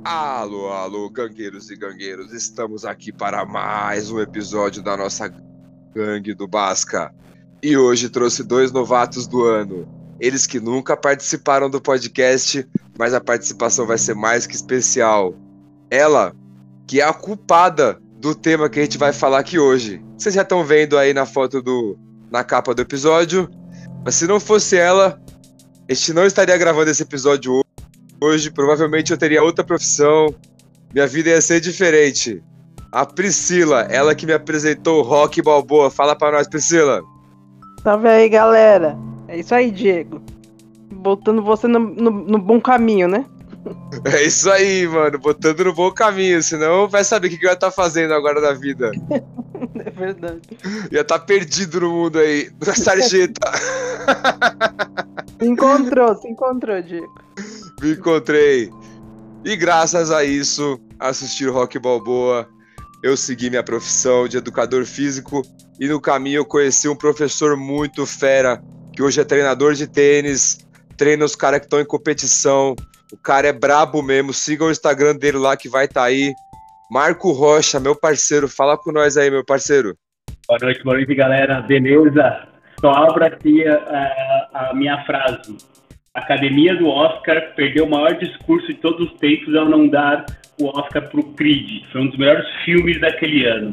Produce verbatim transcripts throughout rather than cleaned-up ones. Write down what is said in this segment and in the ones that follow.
Alô, alô, gangueiros e gangueiros, estamos aqui para mais um episódio da nossa gangue do Basca. E hoje trouxe dois novatos do ano. Eles que nunca participaram do podcast, mas a participação vai ser mais que especial. Ela, que é a culpada do tema que a gente vai falar aqui hoje. Vocês já estão vendo aí na foto do... na capa do episódio. Mas se não fosse ela, a gente não estaria gravando esse episódio hoje. Hoje, provavelmente eu teria outra profissão, minha vida ia ser diferente. A Priscila, ela que me apresentou o Rocky Balboa. Fala pra nós, Priscila. Salve aí, galera. É isso aí, Diego. Botando você no, no, no bom caminho, né? É isso aí, mano, botando no bom caminho, senão vai saber o que eu ia estar fazendo agora na vida. É verdade. Ia estar perdido no mundo aí, na sarjeta. Se encontrou, se encontrou, Diego. Me encontrei. E graças a isso, assistir o Rocky Balboa, eu segui minha profissão de educador físico e no caminho eu conheci um professor muito fera, que hoje é treinador de tênis, treina os caras que estão em competição. O cara é brabo mesmo, siga o Instagram dele lá que vai estar tá aí. Marco Rocha, meu parceiro, fala com nós aí, meu parceiro. Boa noite, boa noite, galera. Beleza? Só abro aqui a, a minha frase. A Academia do Oscar perdeu o maior discurso de todos os tempos ao não dar o Oscar pro Creed. Foi um dos melhores filmes daquele ano.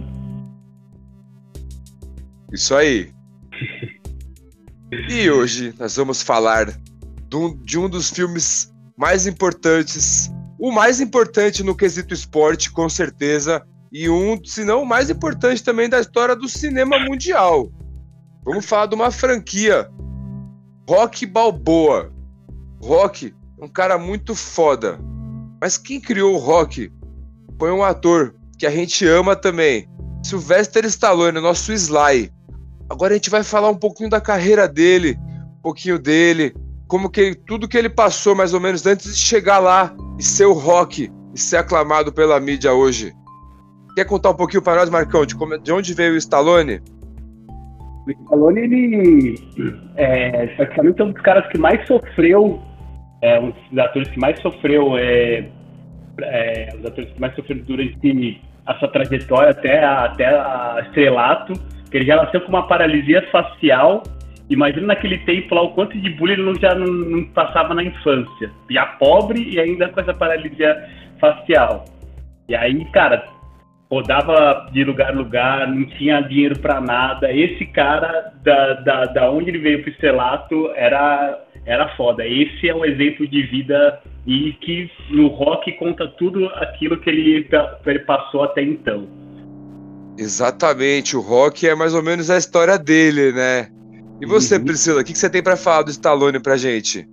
Isso aí. E hoje nós vamos falar de um, de um dos filmes mais importantes, o mais importante no quesito esporte, com certeza, e um, se não o mais importante também da história do cinema mundial. Vamos falar de uma franquia, Rocky Balboa. Rocky é um cara muito foda, mas quem criou o Rocky foi um ator que a gente ama também, Sylvester Stallone, nosso Sly. Agora a gente vai falar um pouquinho da carreira dele, um pouquinho dele, como que ele, tudo que ele passou mais ou menos antes de chegar lá e ser o Rocky e ser aclamado pela mídia hoje. Quer contar um pouquinho para nós, Marcão, de, como, de onde veio o Stallone? O Stallone, ele é praticamente um dos caras que mais sofreu, é, um dos atores que mais sofreu, é, é, um dos atores que mais sofreu durante a sua trajetória até a, até a estrelato, que ele já nasceu com uma paralisia facial. Imagina naquele tempo lá o quanto de bullying ele já não, não passava na infância. Já pobre e ainda com essa paralisia facial. E aí, cara, rodava de lugar em lugar, não tinha dinheiro pra nada. Esse cara, da, da, da onde ele veio pro estrelato, era, era foda. Esse é um exemplo de vida e que no Rock conta tudo aquilo que ele, ele passou até então. Exatamente, o Rocky é mais ou menos a história dele, né? E você, uhum. Priscila, o que, que você tem pra falar do Stallone pra gente?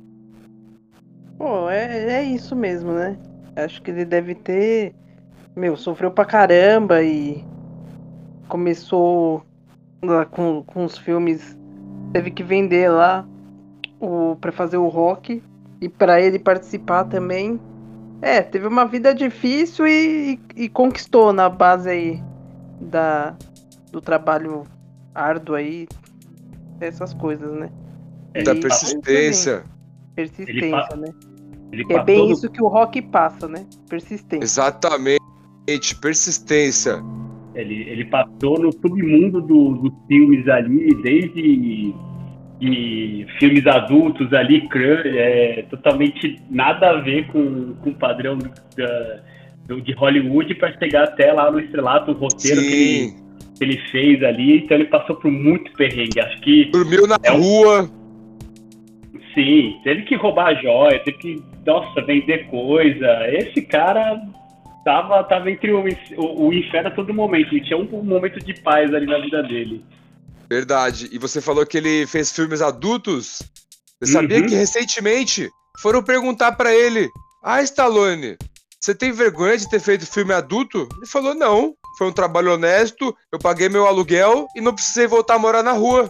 Pô, é, é isso mesmo, né? Acho que ele deve ter... Meu, sofreu pra caramba e começou lá com, com os filmes, teve que vender lá o, pra fazer o Rock e pra ele participar também. É, teve uma vida difícil e, e, e conquistou na base aí da, do trabalho árduo aí, essas coisas, né? Da e, persistência. Persistência, pa- né? É bem isso que o Rock passa, né? Persistência. Exatamente, persistência. Ele, ele passou no submundo do, dos filmes ali, desde de filmes adultos ali, é, totalmente nada a ver com, com o padrão da, do, de Hollywood, para chegar até lá no estrelato, o roteiro que ele, que ele fez ali. Então ele passou por muito perrengue. Acho que dormiu na é um... rua. Sim, teve que roubar joia, teve que, nossa, vender coisa. Esse cara tava, tava entre o, o, o inferno a todo momento. E tinha um, um momento de paz ali na vida dele. Verdade. E você falou que ele fez filmes adultos? Você sabia uhum. que recentemente foram perguntar pra ele: ah, Stallone, você tem vergonha de ter feito filme adulto? Ele falou: não, foi um trabalho honesto, eu paguei meu aluguel e não precisei voltar a morar na rua.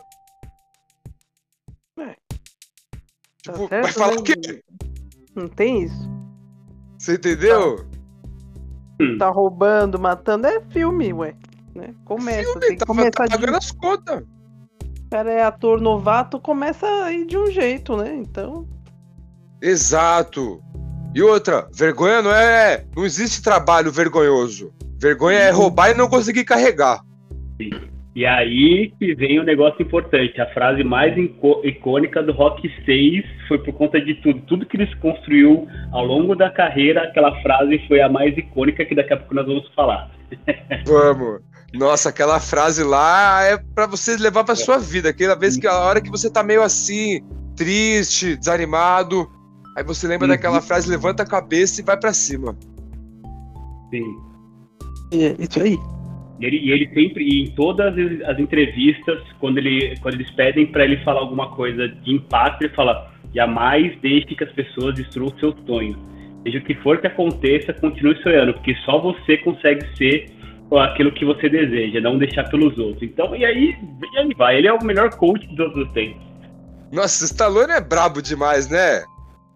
É. Tipo, tá vai falar né? o quê? Não tem isso. Você entendeu? Tá, tá roubando, matando, é filme, ué. Né? Começa, filme, tem que tá, começar tá pagando de... as contas. O cara é ator novato, começa aí de um jeito, né? Então... Exato. E outra, vergonha não é... Não existe trabalho vergonhoso. Vergonha é roubar e não conseguir carregar. Sim. E aí que vem um negócio importante. A frase mais icônica do Rocky seis foi por conta de tudo. Tudo que ele construiu ao longo da carreira, aquela frase foi a mais icônica que daqui a pouco nós vamos falar. Vamos. Nossa, aquela frase lá é pra você levar pra sua vida. Aquela vez que a hora que você tá meio assim, triste, desanimado, aí você lembra uhum. daquela frase, levanta a cabeça e vai pra cima. Sim. É isso aí. E ele, e ele sempre, e em todas as entrevistas, quando, ele, quando eles pedem para ele falar alguma coisa de impacto, ele fala: jamais deixe que as pessoas destruam o seu sonho. Seja o que for que aconteça, continue sonhando, porque só você consegue ser aquilo que você deseja, não deixar pelos outros. Então, e aí, e aí vai. Ele é o melhor coach de todos os tempos. Nossa, o Stallone é brabo demais, né?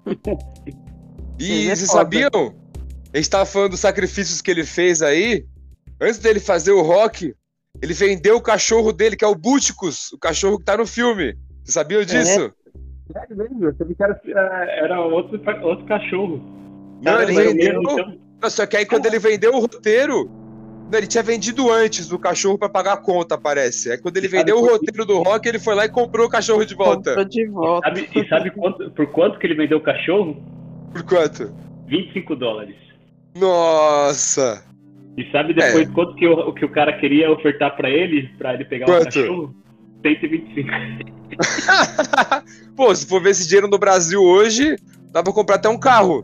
E vocês sabiam? A gente tava falando dos sacrifícios que ele fez aí. Antes dele fazer o Rocky, ele vendeu o cachorro dele, que é o Búticos, o cachorro que tá no filme. Você sabia disso? É, é mesmo. Eu sabia que era, era outro, outro cachorro. Não, Cara, ele vendeu. Mesmo, então... Não, só que aí quando ele vendeu o roteiro, não, ele tinha vendido antes do cachorro pra pagar a conta, parece. Aí quando ele vendeu o roteiro do Rocky, ele foi lá e comprou o cachorro de volta. Comprou de volta. E sabe, e sabe quanto, por quanto que ele vendeu o cachorro? Por quanto? vinte e cinco dólares. Nossa! E sabe depois é. quanto que o, que o cara queria ofertar pra ele, pra ele pegar quanto? O cachorro? cento e vinte e cinco. Pô, se for ver esse dinheiro no Brasil hoje, dá pra comprar até um carro.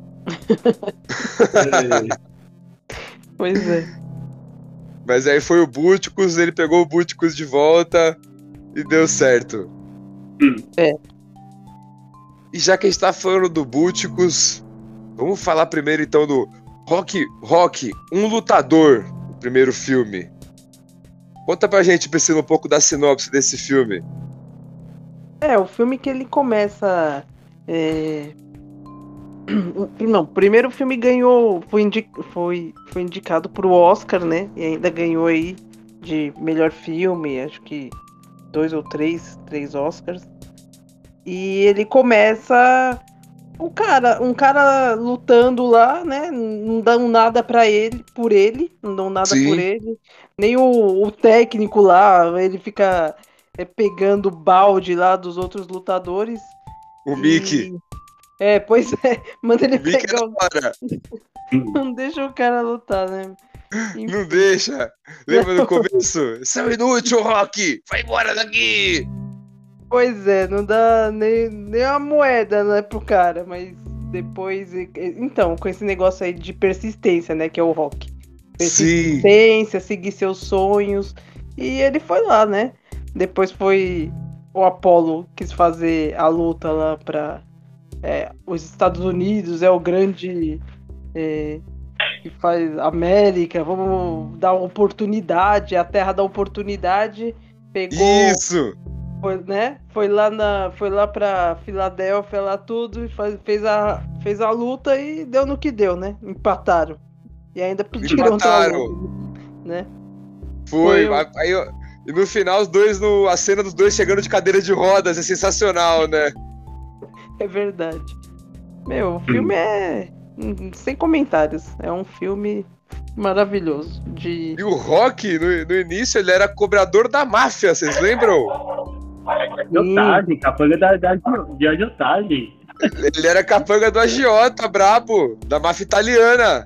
Pois é. Mas aí foi o Búticos, ele pegou o Búticos de volta e deu certo. Hum. É. E já que a gente tá falando do Búticos, vamos falar primeiro então do Rocky, Rocky, um lutador, o primeiro filme. Conta pra gente, Priscila, um pouco da sinopse desse filme. É, o filme que ele começa... É... Não, o primeiro filme ganhou, foi, indi... foi, foi indicado pro Oscar, né? E ainda ganhou aí de melhor filme, acho que dois ou três, três Oscars. E ele começa... Um cara, um cara lutando lá, né? Não dão nada pra ele, por ele, não dão nada Sim. por ele. Nem o, o técnico lá, ele fica é, pegando balde lá dos outros lutadores. O e... Mickey. É, pois é, manda ele o Mickey pegar o... Não deixa o cara lutar, né? Enfim. Não deixa. Lembra no começo? Você é um inútil, Rocky! Vai embora daqui! Pois é, não dá nem, nem uma moeda, né, pro cara, mas depois... Então, com esse negócio aí de persistência, né, que é o Rocky. Persistência, Sim. seguir seus sonhos. E ele foi lá, né? Depois foi o Apollo, quis fazer a luta lá pra... É, os Estados Unidos é o grande... É, que faz América, vamos dar oportunidade, a terra da oportunidade. Pegou... Isso! Foi, né? Foi lá na, foi lá para Filadélfia lá tudo e faz, fez a fez a luta e deu no que deu, né? Empataram. E ainda pediram Empataram. Né? Foi, foi aí, aí, e no final os dois no a cena dos dois chegando de cadeira de rodas é sensacional, né? É verdade. Meu, o filme é sem comentários, é um filme maravilhoso de... E o Rocky no, no início ele era cobrador da máfia, vocês lembram? Agiotagem, capanga da, da, de agiotagem. Ele era capanga do agiota, brabo, da máfia italiana.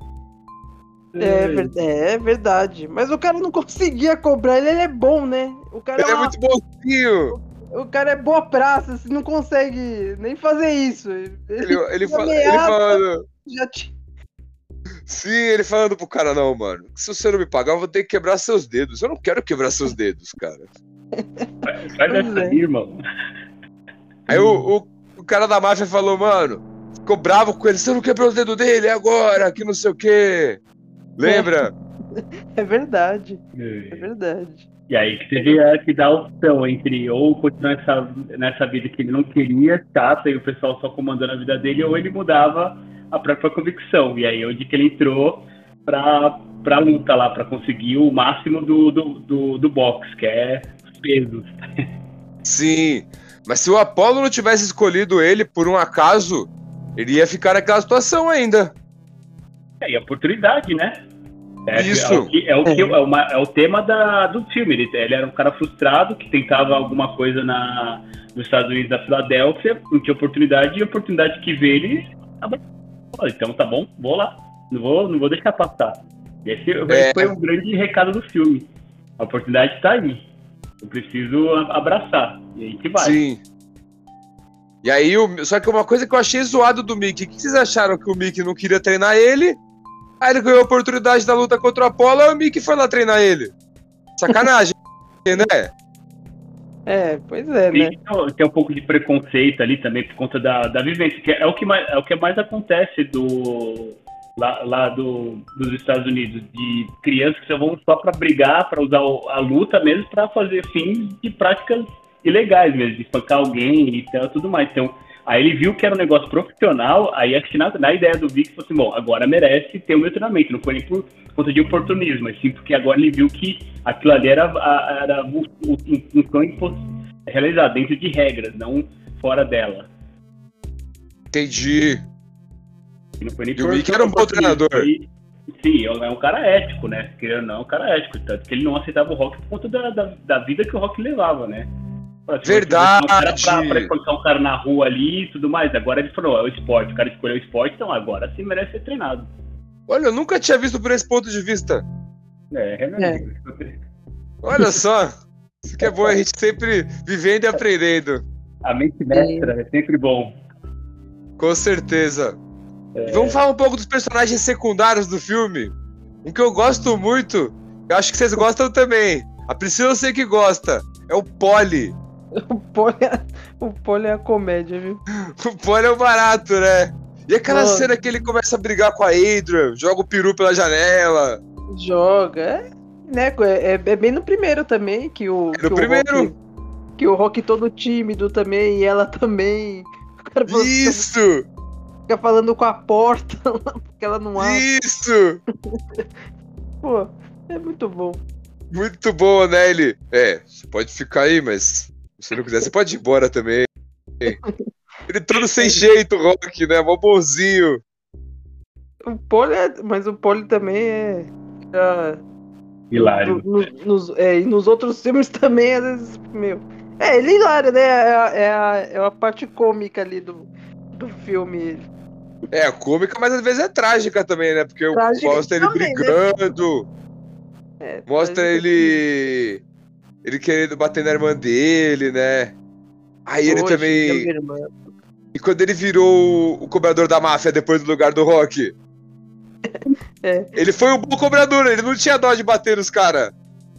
É, é, é verdade. Mas o cara não conseguia cobrar, ele, ele é bom, né? O cara ele é, uma... é muito bonzinho. O, o cara é boa praça, você não consegue nem fazer isso. Ele, ele, ele, fala, ele falando... Já te... Sim, ele falando pro cara, não, mano, se você não me pagar, eu vou ter que quebrar seus dedos. Eu não quero quebrar seus dedos, cara. Sai dessa aí, irmão. Aí o, o, o cara da máfia falou, mano, ficou bravo com ele, você não quebrou o dedo dele agora, que não sei o quê. Lembra? É, é verdade. É. é verdade. E aí que teve que dar a opção entre ou continuar nessa, nessa vida que ele não queria, chata, e o pessoal só comandando a vida dele, ou ele mudava a própria convicção. E aí onde que ele entrou pra, pra luta lá, pra conseguir o máximo do, do, do, do boxe, que é os pesos. Sim, mas se o Apollo não tivesse escolhido ele por um acaso, Ele ia ficar naquela situação ainda. É, e a oportunidade, né? É, Isso. É o, que, é, o que, é, uma, é o tema da, do filme. Ele, ele era um cara frustrado que tentava alguma coisa na, nos Estados Unidos da Filadélfia, não tinha oportunidade, e a oportunidade que vê ele. Então tá bom, vou lá. Não vou, não vou deixar passar. Esse é. foi o grande recado do filme. A oportunidade está aí. Eu preciso abraçar. E aí que vai. Sim. E aí, o... só que uma coisa que eu achei zoado do Mickey. O que vocês acharam? Que o Mickey não queria treinar ele? Aí ele ganhou a oportunidade da luta contra o Apollo, aí o Mickey foi lá treinar ele. Sacanagem, né? É, pois é, né? Tem, tem um pouco de preconceito ali também por conta da, da vivência, que é o que mais, é o que mais acontece do, lá, lá do, dos Estados Unidos, de crianças que só vão só para brigar, para usar a luta mesmo, para fazer fins de práticas ilegais mesmo, de espancar alguém e tal, tudo mais. Então, aí ele viu que era um negócio profissional, aí acho que na, na ideia do Vic, falou assim, bom, agora merece ter o meu treinamento, não foi nem por conta de oportunismo, mas sim porque agora ele viu que aquilo ali era, era um, um sonho realizado dentro de regras, não fora dela. Entendi. E, não foi nem e o Mickey era um bom treinador. Foi, sim, é um cara ético, né? Querendo ou não, é um cara ético, tanto que ele não aceitava o Rock por conta da, da, da vida que o Rock levava, né? Verdade! Era pra, pra encontrar um cara na rua ali e tudo mais. Agora ele falou, é o esporte. O cara escolheu o esporte, então agora sim merece ser treinado. Olha, eu nunca tinha visto por esse ponto de vista. É, realmente. É. Olha só. Isso que é bom, a gente sempre vivendo e aprendendo. A mente mestra é, é sempre bom. Com certeza. É... Vamos falar um pouco dos personagens secundários do filme. Um que eu gosto muito, eu acho que vocês gostam também. A Priscila eu sei que gosta. É o Polly. O Polly é, o Polly é a comédia, viu? O Polly é o barato, né? E aquela Nossa. cena que ele começa a brigar com a Adrian, joga o peru pela janela. Joga, é, né? É, é bem no primeiro também, que o. É que no o primeiro. Rock, que o Rock todo tímido também, e ela também. O cara falou, Isso! Fica, fica falando com a porta, porque ela não abre. Isso! Pô, é muito bom. Muito bom, né? Ele. É, você pode ficar aí, mas se você não quiser, você pode ir embora também. Ele todo sem jeito, Rock, né? Mó bonzinho. O Polly é, mas o Polly também é. é hilário. No, no, nos, é, e nos outros filmes também, às vezes, meu. É, ele é hilário, né? É a, é a, é a parte cômica ali do, do filme. É, cômica, mas às vezes é trágica também, né? Porque Trágica mostra ele também, brigando. Né? É, mostra ele. Ele querendo bater na irmã dele, né? Aí ele Poxa, também. minha irmã. E quando ele virou o cobrador da máfia depois do lugar do Rock? É. Ele foi um bom cobrador, ele não tinha dó de bater nos caras.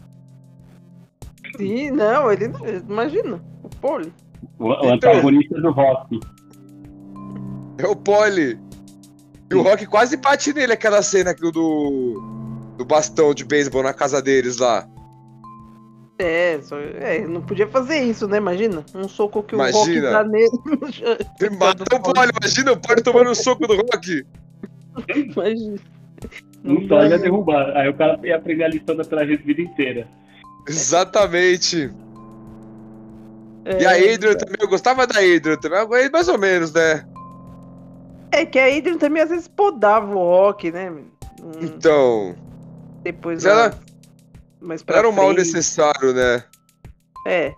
Sim, não, ele não. Imagina, o Polly. O, o antagonista do Rock. É o Polly. E o Rock quase bate nele, aquela cena do, do bastão de beisebol na casa deles lá. É, só, é, não podia fazer isso, né? Imagina, um soco que Imagina. o Rock dá nele. Ele mata o Polly, imagina o Polly tomando um soco do Rock. Imagina. Não só ia derrubar. Aí o cara ia aprender a lição da tragédia a vida inteira. Exatamente. É, e a Adrian também, eu gostava da Adrian também, mais ou menos, né? É que a Adrian também às vezes podava o Rock, né? Hum, Então. depois ela, ela, mais pra era um mal frente. necessário, né? É.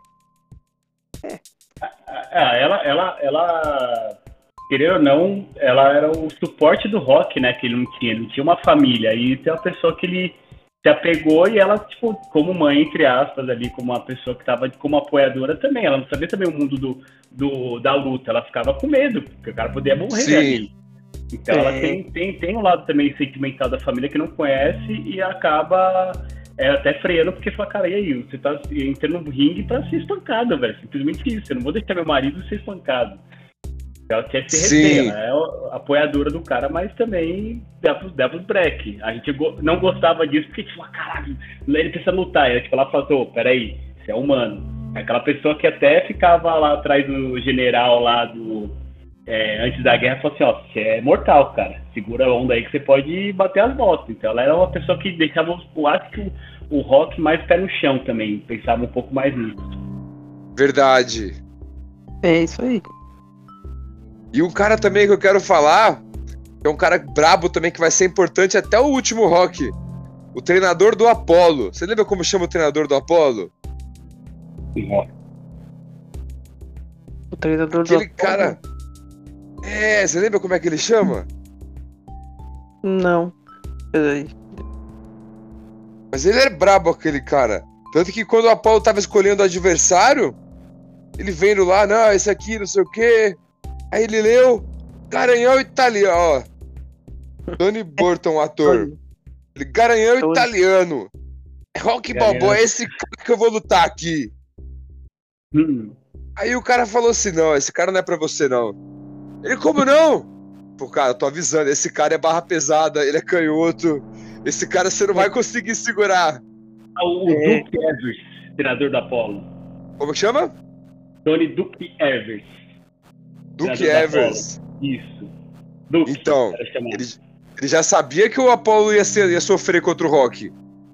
Ah, ela, ela, ela, querendo ou não, ela era o suporte do Rock, né? Que ele não tinha, ele não tinha uma família. E tem uma pessoa que ele se apegou e ela, tipo, como mãe, entre aspas, ali, como uma pessoa que estava como apoiadora também. Ela não sabia também o mundo do, do, da luta. Ela ficava com medo, porque o cara podia morrer Sim. ali. Então É. ela tem, tem, tem um lado também sentimental da família que não conhece e acaba é, até freando, porque fala, cara, e aí? Você tá entrando no ringue pra ser espancado, velho. Simplesmente isso. Eu não vou deixar meu marido ser espancado. Ela quer se reter, ela é a apoiadora do cara, mas também Devil's Break. A gente go- não gostava disso porque, tipo, ah, caralho, ele precisa lutar. E a gente falava, falou, oh, peraí, você é humano. Aquela pessoa que até ficava lá atrás do general lá do... É, antes da guerra, falou assim, ó, você é mortal, cara. Segura a onda aí que você pode bater as botas. Então ela era uma pessoa que deixava, eu acho que o, o Rock mais pé no chão também. Pensava um pouco mais nisso. Verdade. É isso aí. E um cara também que eu quero falar, que é um cara brabo também, que vai ser importante até o último Rock. O treinador do Apollo. Você lembra como chama o treinador do Apollo? O treinador Aquele do cara... É, você lembra como é que ele chama? Não. Peraí. Mas ele é brabo, aquele cara. Tanto que quando o Apollo tava escolhendo o adversário, ele vendo lá, não, esse aqui, não sei o quê. Aí ele leu Garanhão Italiano, ó. Tony Burton, ator. Ele, Garanhão Tony. Italiano. Rock Balboa, é esse cara que eu vou lutar aqui. Hum. Aí o cara falou assim, não, esse cara não é pra você, não. Ele, como não? Pô, cara, eu tô avisando, esse cara é barra pesada, ele é canhoto. Esse cara você não vai conseguir segurar. O É. Duke Evers, treinador do Apollo. Como que chama? Tony Duke Evers. Duke treinador do Evers. Apollo. Isso. Duke, Então, era chamado. ele, ele já sabia que o Apollo ia, ser, ia sofrer contra o Rock.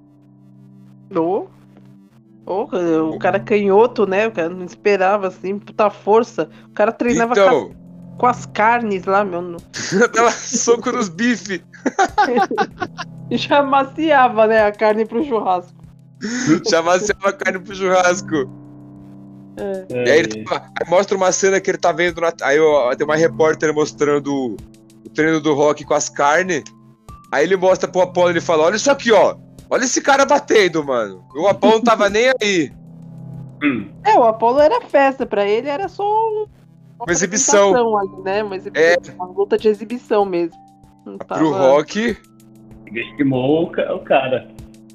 Oh. Oh, o cara canhoto, né? O cara não esperava, assim, puta força. O cara treinava Então, com, as, com as carnes lá, meu. no- dava soco nos bifes. E já amaciava, né, a carne pro churrasco. Chamasse a carne pro churrasco. É. É, E aí, ele tá- aí mostra uma cena que ele tá vendo. Na, aí ó, tem uma repórter mostrando o, o treino do Rock com as carnes. Aí ele mostra pro Apollo e ele fala: olha isso aqui, ó. Olha esse cara batendo, mano. O Apollo não tava nem aí. hum. É, o Apollo era festa, pra ele era só um- uma, Uma exibição. apresentação ali, né? Uma, exibição, uma luta de exibição mesmo. Não tava... Pro Rock, Subestimou o ca- o cara.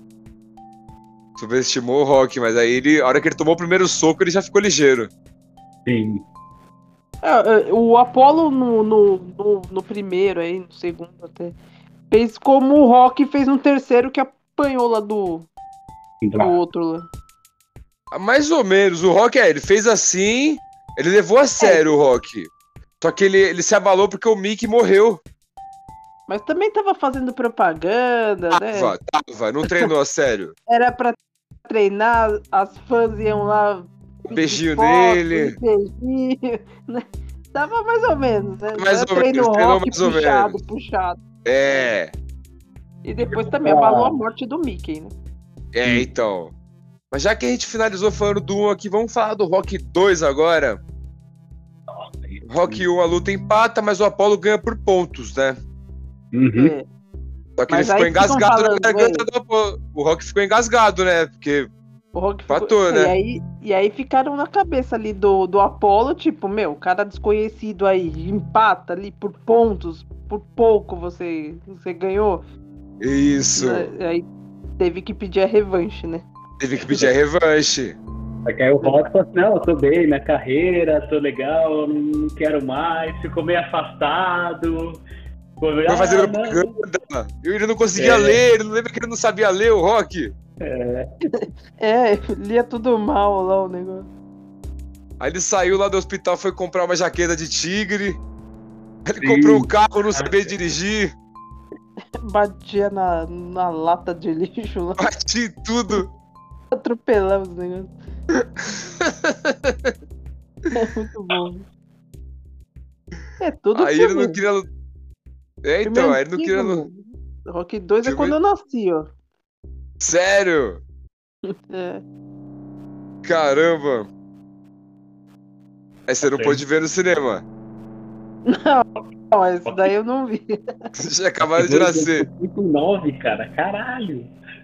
subestimou o Rock, mas aí ele, a hora que ele tomou o primeiro soco, ele já ficou ligeiro. Sim. É, é, o Apollo no, no, no, no primeiro, aí, no segundo até, fez como o Rock fez no terceiro, que apanhou lá do, do outro lá. Ah, mais ou menos, o Rock, é, ele fez assim, ele levou a sério o Rock. Só que ele, ele se abalou porque o Mickey morreu. Mas também tava fazendo propaganda, né? Tava, tava, não treinou a sério. Era pra treinar, as fãs iam lá. Um beijinho foto, nele. um beijinho, né? Tava mais ou menos, né? Mais Era ou treino menos, treinou rock mais ou puxado, menos. puxado. É, E depois também abalou a morte do Mickey, né? é, então. Mas já que a gente finalizou falando do um aqui, vamos falar do Rock dois agora. Rock um, a luta empata, mas o Apollo ganha por pontos, né? Uhum. É. Só que Mas ele ficou aí ficam engasgado falando, na garganta do Apollo. O Rock ficou engasgado, né? Porque O Rock Empatou, ficou... né? E aí, e aí ficaram na cabeça ali do, do Apollo, tipo, meu, cara desconhecido aí, empata ali por pontos, por pouco você, você ganhou. isso, Aí teve que pedir a revanche, né? teve que pedir a revanche. Só que aí o Rock falou assim, não, eu tô bem na carreira, tô legal, não quero mais, ficou meio afastado. Ficou meio, Vai ah, fazer não. propaganda. E ele não conseguia É. ler, ele não lembra que ele não sabia ler o Rock. É, lia tudo mal lá o negócio. Aí ele saiu lá do hospital, foi comprar uma jaqueta de tigre. Ele Sim. comprou um carro, não sabia dirigir. Batia na, na lata de lixo lá, Bati em tudo. atropelava os negócios. É muito bom. É tudo Aí ele filme. não queria. É, Filme então, aí ele não antigo, queria. mano. Rock dois é Filme- quando eu nasci, ó. Sério? É. Caramba. Aí você não Sim. pôde ver no cinema. Não, esse daí eu não vi. Vocês já acabaram de nascer. cinco nove, cara, caralho.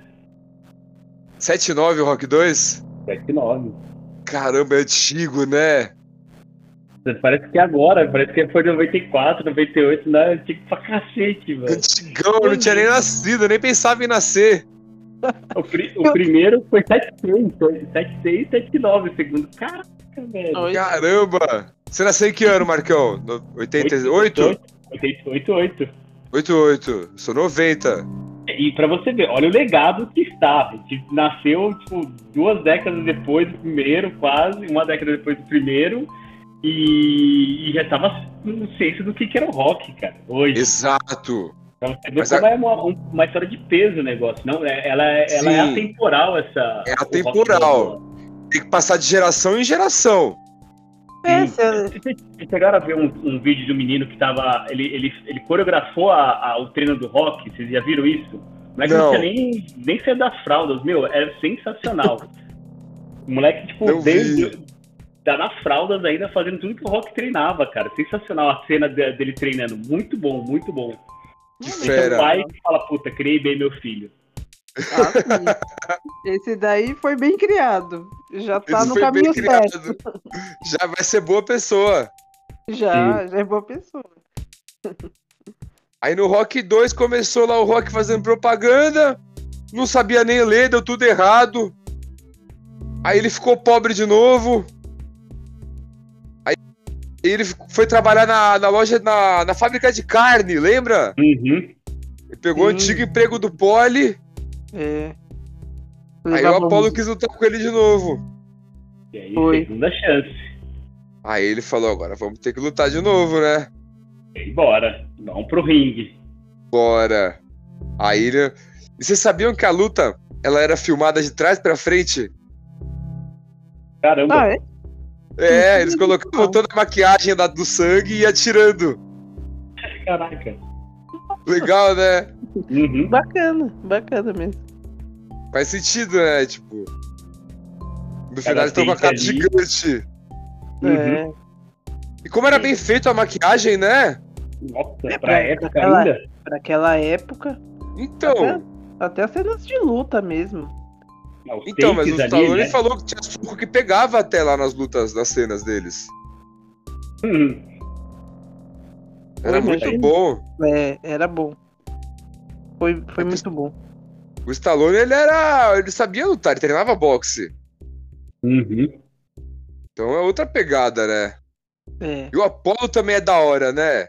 sete nove o Rock dois? sete nove. Caramba, é antigo, né? Parece que agora, parece que foi noventa e quatro, noventa e oito, né? Antigo pra cacete, velho. Antigão, eu não tinha nem nascido, eu nem pensava em nascer. O, pri- o primeiro foi sete seis, foi sete seis, sete nove, o segundo. Caraca, velho. Oi. Caramba! Você nasceu em que ano, Marcão? No- oitenta e oito? oitenta e oito, oito. oitenta e oito. Sou noventa. E pra você ver, olha o legado que está. A gente nasceu, tipo, duas décadas depois do primeiro, quase, uma década depois do primeiro, e, e já tava com ciência do que, que era o rock, cara, hoje. Exato. Pra você ver Mas como a- é uma, um- uma história de peso o negócio. Não, é- ela, é- ela é Sim. atemporal, essa. É o rock atemporal. balboa. Tem que passar de geração em geração. É, Sim. se- Vocês chegaram a ver um, um vídeo do menino que tava. Ele, ele, ele coreografou a, a- o treino do rock, vocês já viram isso? O moleque não, Não. tinha nem, nem saído das fraldas, meu, era sensacional. O moleque, tipo, Não desde. vi. Tá nas fraldas ainda fazendo tudo que o rock treinava, cara. Sensacional a cena de- dele treinando. Muito bom, muito bom. Que Esse é o fera. pai que fala, puta, criei bem meu filho. Ah, sim. Esse daí foi bem criado. Já tá Esse no foi bem caminho criado. certo. Já vai ser boa pessoa. Já, já é boa pessoa. Aí no Rock dois começou lá o Rock fazendo propaganda, não sabia nem ler, deu tudo errado. Aí ele ficou pobre de novo. Aí ele foi trabalhar na, na loja, na, na fábrica de carne, lembra? Uhum. Ele pegou o Sim. antigo emprego do Poli, É. aí o Levava Apollo um- quis lutar com ele de novo. E aí, Foi. segunda chance. Aí ele falou, agora vamos ter que lutar de novo, né? E bora. Vamos pro ringue. Bora. Aí ele... E vocês sabiam que a luta, ela era filmada de trás pra frente? Caramba. Ah, é? É, eles colocavam toda a maquiagem da- do sangue e ia atirando. Caraca. Legal, né? Uhum. Bacana, bacana mesmo. Faz sentido, né? Tipo. No final Cada eles estão com a cara take ali. gigante. Uhum. É. E como era bem feito a maquiagem, né? Nossa, É, pra pra- época pra- ainda. Pra aquela época, Então. até as cenas de luta mesmo. Ah, os Então, mas o takes ali, Stallone né? falou que tinha soco que pegava até lá nas lutas, nas cenas deles. Uhum. Era Foi muito mesmo. bom. É, era bom. Foi, foi muito bom. O Stallone, ele era. Ele sabia lutar, ele treinava boxe. Uhum. Então é outra pegada, né? É. E o Apollo também é da hora, né?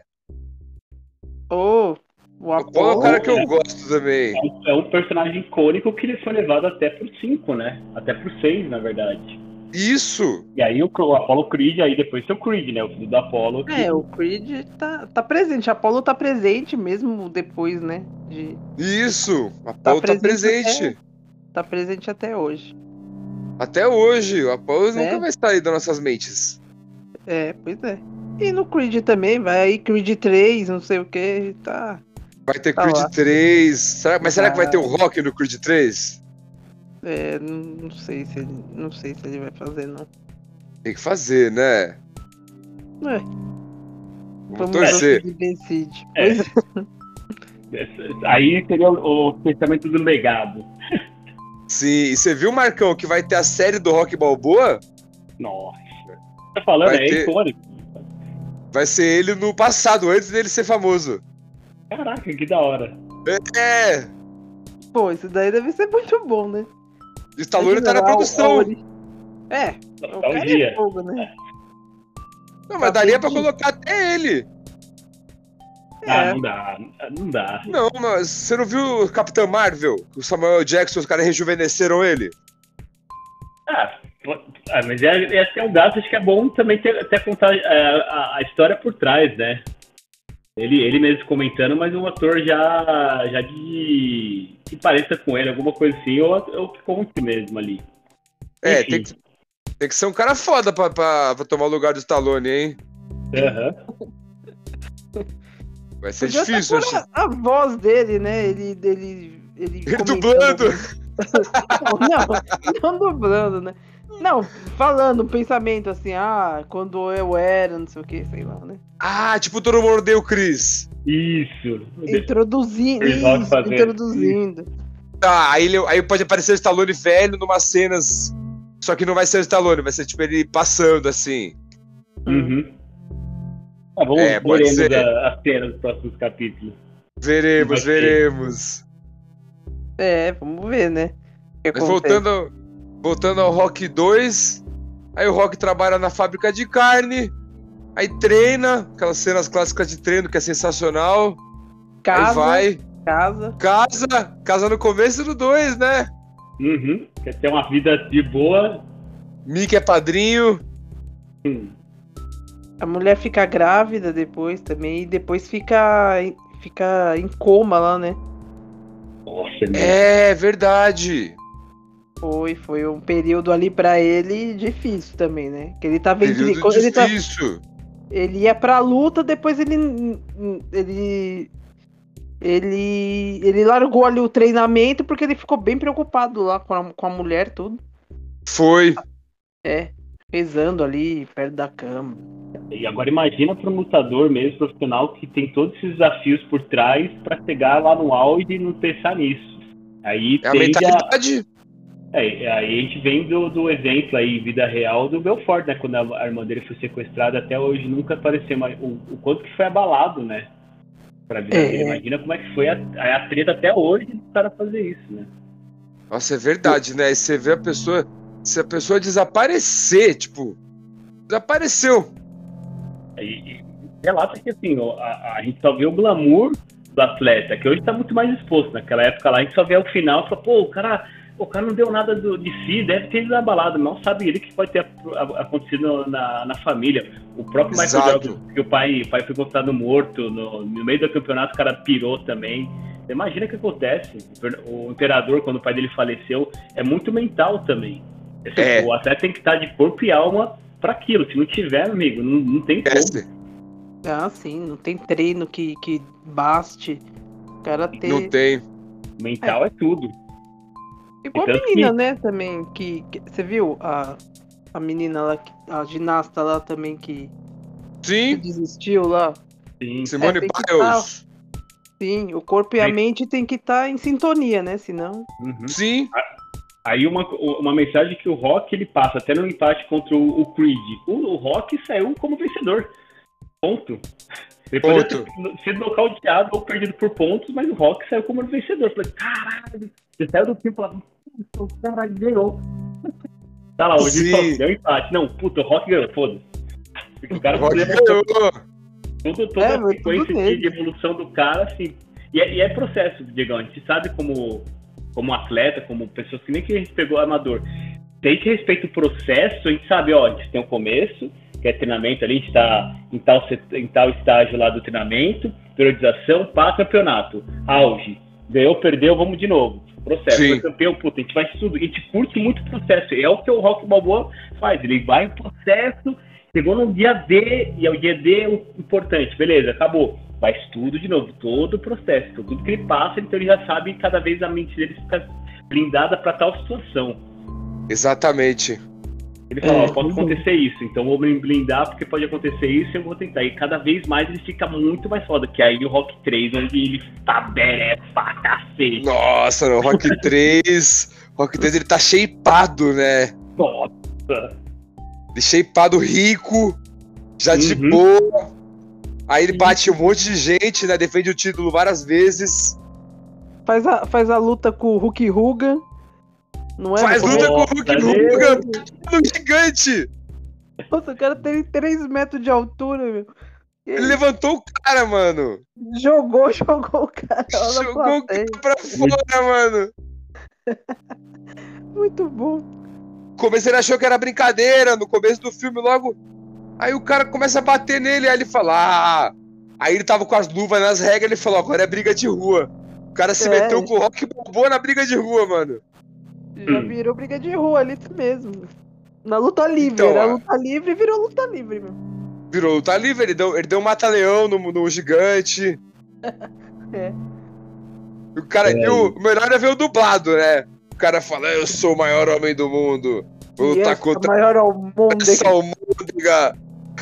Ô, o O Apollo é um Apollo. cara que eu gosto também. É um, é um personagem icônico que ele foi levado até pro cinco, né? Até pro seis, na verdade. Isso! E aí o, o Apollo Creed, aí depois tem o Creed, né? O filho do Apollo. que- É, o Creed tá, tá presente. Apollo tá presente mesmo depois, né? De, Isso! O Apollo tá presente presente. tá presente até hoje. Até hoje, o Apollo É. nunca vai sair das nossas mentes. É, pois é. E no Creed também, vai aí Creed três, não sei o que, tá. Vai ter Tá Creed lá. três. Será- mas será que vai Vai. ter o Rock no Creed três? É, não, não sei se ele. Não sei se ele vai fazer, não. Tem que fazer, né? É, Vamos vamos torcer. ver o que ele decide. É. Pois é. Aí seria o, o pensamento do legado. Sim, e você viu, Marcão, que vai ter a série do Rock Balboa? Nossa. Tá falando, Vai é ter- icônico. Vai ser ele no passado, antes dele ser famoso. Caraca, que da hora. É! Pô, isso daí deve ser muito bom, né? O Stallone tá na Imagina lá o- produção. a ori- É, o cara é Nostalgia. fogo, né? Não, mas Tá daria pra perdido. colocar até ele. Ah, É. não dá. Não dá. Não, mas você não viu o Capitão Marvel? O Samuel Jackson, os caras rejuvenesceram ele? Ah, ah, mas é, é ter um gato, acho que é bom também ter, até contar é, a, a história por trás, né? Ele, ele mesmo comentando, mas um ator já, já de. que pareça com ele, alguma coisa assim, ou, ou que conte mesmo ali. É, Enfim. tem que, tem que ser um cara foda pra, pra, pra tomar o lugar do Stallone, hein? Aham. Vai ser Podia difícil. até pôr acho. a, a voz dele, né? Ele. Ele, ele, Ele comentando. dublando. Não, não dublando, né? Não, falando um pensamento assim, ah, quando eu era, não sei o que, sei lá, né? Ah, tipo, todo mundo odeia o Chris. Isso. Introduzindo, Chris Rock isso, fazendo. introduzindo. Tá, aí, ele- aí pode aparecer o Stallone velho numas cenas. Só que não vai ser o Stallone, vai ser tipo ele passando assim. Uhum. Ah, vamos É, pode veremos ser. a, a cena dos próximos capítulos. Veremos, Vai ter. veremos. É, vamos ver, né? O que Mas acontece. voltando, voltando ao Rock dois, aí o Rock trabalha na fábrica de carne, aí treina, aquelas cenas clássicas de treino que é sensacional. Casa, Aí vai, casa. casa, casa no começo do dois, né? Uhum. Quer ter uma vida de boa. Mickey é padrinho. Hum. A mulher fica grávida depois também, e depois fica, em- fica em coma lá, né? Nossa, meu. É verdade. Foi, foi um período ali pra ele difícil também, né? Que ele tava entre. Período Ele, tá, difícil. ele ia pra luta, depois ele. Ele. Ele. Ele largou ali o treinamento porque ele ficou bem preocupado lá com a, com a mulher, tudo. Foi. É, rezando ali perto da cama. E agora imagina para um lutador mesmo, profissional, que tem todos esses desafios por trás para chegar lá no auge e não pensar nisso. Aí É a tende a... mentalidade. É, aí a gente vem do, do exemplo aí, vida real, do Belfort, né? Quando a, a irmã dele foi sequestrada, até hoje nunca apareceu, mas o, o quanto que foi abalado, né? Pra vida É. dele. Imagina como é que foi a, a treta até hoje do cara fazer isso, né? Nossa, é verdade, né? E você vê a pessoa. Se a pessoa desaparecer, tipo. Desapareceu. E, e relata que assim, ó, a, a gente só vê o glamour do atleta, que hoje tá muito mais exposto. Naquela época lá, a gente só vê o final e fala, pô, o cara, o cara não deu nada do, de si, deve ter ido abalado. Não sabe ele que pode ter acontecido na, na família. O próprio Michael Jordan, que o pai, o pai foi encontrado morto no, no meio do campeonato, o cara pirou também. Imagina o que acontece. O imperador, quando o pai dele faleceu, é muito mental também. Esse, É. O atleta tem que estar de corpo e alma para aquilo. Se não tiver, amigo, não, não tem como. Ah, sim, não tem treino que, que baste. O cara ter. Não tem. Mental é, é tudo. Igual a menina, que... né, também, que, que. Você viu a, a menina lá, a ginasta lá também que. Sim. Que desistiu lá? Sim. Simone é, Biles. Tá, sim, o corpo e a mente tem que estar tá em sintonia, né? Senão. Uhum. Sim. Aí uma, uma mensagem que o Rock ele passa, até no empate contra o, o Creed. O, o Rock saiu como vencedor. Ponto. Ele podia ter sido nocauteado ou perdido por pontos, mas o Rock saiu como vencedor. Eu falei, caralho, você saiu do time e falava, o cara ganhou. Tá lá, hoje só deu empate. Não, puta, o Rock ganhou, foda-se. Porque o cara Rock ganhou. Toda, toda é, a sequência de, de evolução do cara, assim. E é, e é processo, Diegão. A gente sabe como, como atleta, como pessoas que nem que a gente pegou amador. Se a gente respeita o processo, a gente sabe, ó, a gente tem o começo, que é treinamento ali, a gente tá em tal, em tal estágio lá do treinamento, periodização, pá, campeonato, auge. Ganhou, perdeu, vamos de novo. Processo. Foi campeão, puta, a gente faz tudo. A gente curte muito o processo. É o que o Rock Balboa faz. Ele vai em processo, chegou no dia D, e é o dia D importante. Beleza, acabou. Faz tudo de novo, todo o processo. Então, tudo que ele passa, então ele já sabe, cada vez a mente dele fica blindada para tal situação. Exatamente. Ele fala, é, ó, pode acontecer isso, então eu vou me blindar porque pode acontecer isso e eu vou tentar. E cada vez mais ele fica muito mais foda, que aí o Rock três, onde ele tá bem pra cacete. Nossa, no Rock três, Rock três ele tá shapeado, né? Nossa. Ele shapeado rico, já uhum. de boa. Aí ele bate um monte de gente, né? Defende o título várias vezes. Faz a, faz a luta com o Hulk Hogan. Não é? Faz luta com o Hulk Hogan, um gigante! Nossa, o cara tem três metros de altura, meu. Ele levantou o cara, mano. Jogou, jogou o cara. Jogou o cara pra fora, mano. Muito bom. No começo ele achou que era brincadeira, no começo do filme logo. Aí o cara começa a bater nele, aí ele fala, ah. Aí ele tava com as luvas nas regras, ele falou, agora é briga de rua. O cara se é. meteu com o Rock Balboa na briga de rua, mano. Já virou briga de rua ali mesmo. Na luta livre. Então, era luta livre e virou luta livre, meu. Virou luta livre, ele deu, ele deu um mata-leão no, no gigante. É. O cara, é. E o, o melhor é ver o dublado, né? O cara fala, eu sou o maior homem do mundo. Vou yes, lutar contra o maior almôndega. almôndega.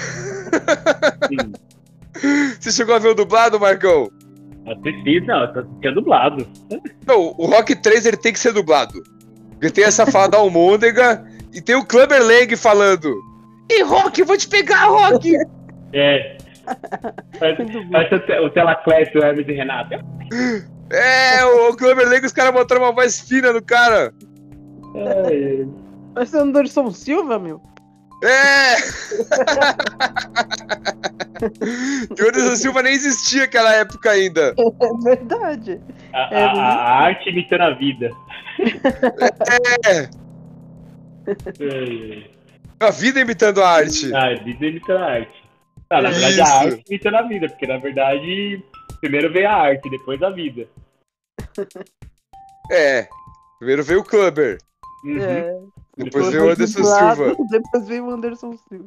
Você chegou a ver o dublado, Marcão? Assisti, não, assisti dublado. Não, o Rock três ele tem que ser dublado. Porque tem essa fala da almôndega e tem o Clubber Lang falando. E Rock, eu vou te pegar, Rock! É. Faz, faz o, o Telaclete, o Hermes e Renato. É, o, o Clubber Lang, os caras botaram uma voz fina no cara. É. Vai ser o Anderson Silva, meu. É! O Anderson Silva nem existia naquela época ainda. É verdade. A, é a, a arte imitando a vida. É! É. A vida imitando a arte. Ah, a vida imitando a arte. Ah, na verdade, Isso. a arte imitando a vida, porque na verdade, primeiro veio a arte, depois a vida. É. Primeiro veio o Clubber. Uhum. É. Depois veio o Anderson Silva. Depois veio o Anderson Silva.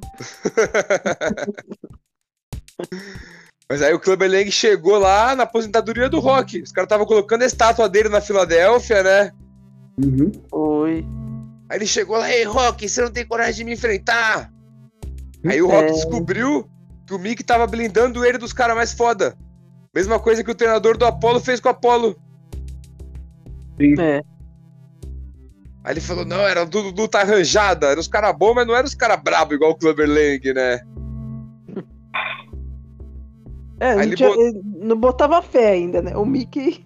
Mas aí o Clubber Lang chegou lá na aposentadoria do Rock. Os caras estavam colocando a estátua dele na Filadélfia, né? Uhum. Oi. Aí ele chegou lá, ei, Rock, você não tem coragem de me enfrentar? Aí o Rock É. descobriu que o Mickey tava blindando ele dos caras mais foda. Mesma coisa que o treinador do Apollo fez com o Apollo. Sim. É. Aí ele falou, não, era tudo luta arranjada, eram os caras bons, mas não eram os caras brabos igual o Clubber Lang, né? É, Aí não, ele tinha- bot- ele não botava fé ainda, né? O Mickey.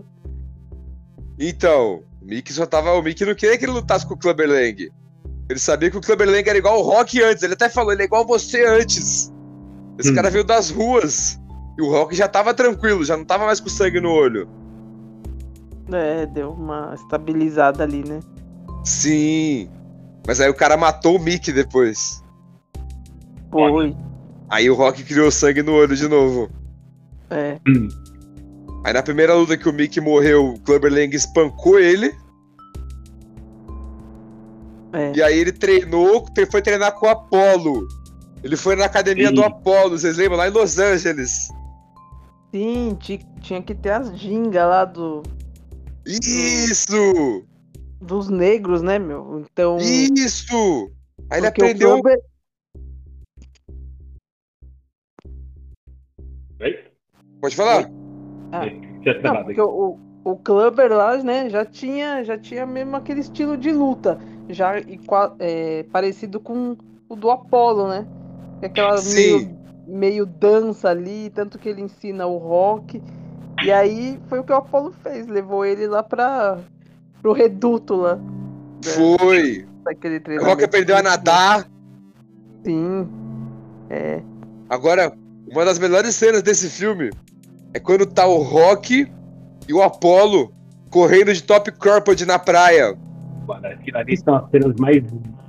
Então, o Mickey só tava. O Mickey não queria que ele lutasse com o Clubber Lang. Ele sabia que o Clubber Lang era igual o Rock antes. Ele até falou, ele é igual você antes. Esse Hum. cara veio das ruas. E o Rock já tava tranquilo, já não tava mais com sangue no olho. É, deu uma estabilizada ali, né? Sim. Mas aí o cara matou o Mickey depois. Foi. Aí o Rock criou sangue no olho de novo. É. Hum. Aí na primeira luta que o Mickey morreu, o Clubber Lang espancou ele. É. E aí ele treinou, foi treinar com o Apollo. Ele foi na academia Sim. do Apollo, vocês lembram? Lá em Los Angeles. Sim, ti- tinha que ter as gingas lá do, Isso! dos negros, né, meu? Então. Isso! Aí ele porque o aprendeu... Clubber- Oi? Pode falar? Ah, Tinha não, travado porque aqui. o, o Clubber lá, né, já tinha, já tinha mesmo aquele estilo de luta. Já igua- é, parecido com o do Apollo, né? Que é aquela Sim. meio, meio dança ali, tanto que ele ensina o rock. E aí foi o que o Apollo fez, levou ele lá para pro reduto lá. né, Foi! Daquele O treinamento. Rock aprendeu a nadar. Sim. É. Agora, uma das melhores cenas desse filme é quando tá o Rock e o Apollo correndo de top corporate na praia. Mano, aquilo ali são as cenas mais.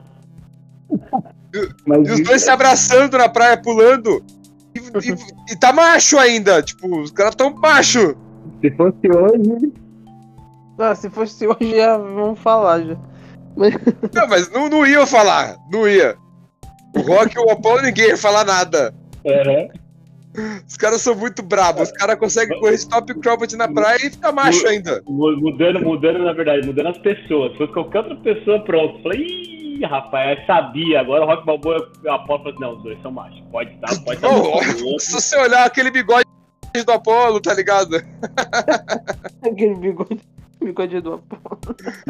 mais E os dois se abraçando na praia, pulando. E, e- e tá macho ainda. Tipo, os caras tão macho. Se fosse hoje. Ah, se fosse hoje, já vamos falar já. Não, mas não, não ia falar. Não ia. O Rock e o Apollo ninguém ia falar nada. É. Os caras são muito brabos. Os caras conseguem correr de top corporate na praia e ficar macho ainda. Mu- Mudando, mudando, na verdade, mudando as pessoas. Se fosse qualquer outra pessoa, pronto. Falei, ih, rapaz, eu sabia. Agora o Rock Balboa, a Apollo falou assim, não, os dois são machos. Pode estar, pode estar. Oh, se você olhar aquele bigode do Apollo, tá ligado? Aquele bigode, bigode do Apollo.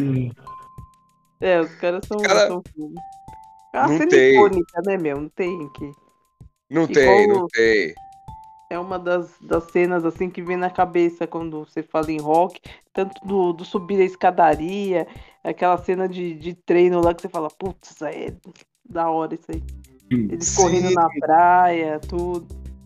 É, os caras são. Cara, são fogo. É uma não cena tem. icônica, né, meu? Não tem que. Não Igual tem, o- não tem. É uma das, das cenas assim que vem na cabeça quando você fala em rock, tanto do, do subir a escadaria, aquela cena de, de treino lá que você fala, putz, isso aí é da hora isso aí. Eles Sim. correndo na praia, tudo.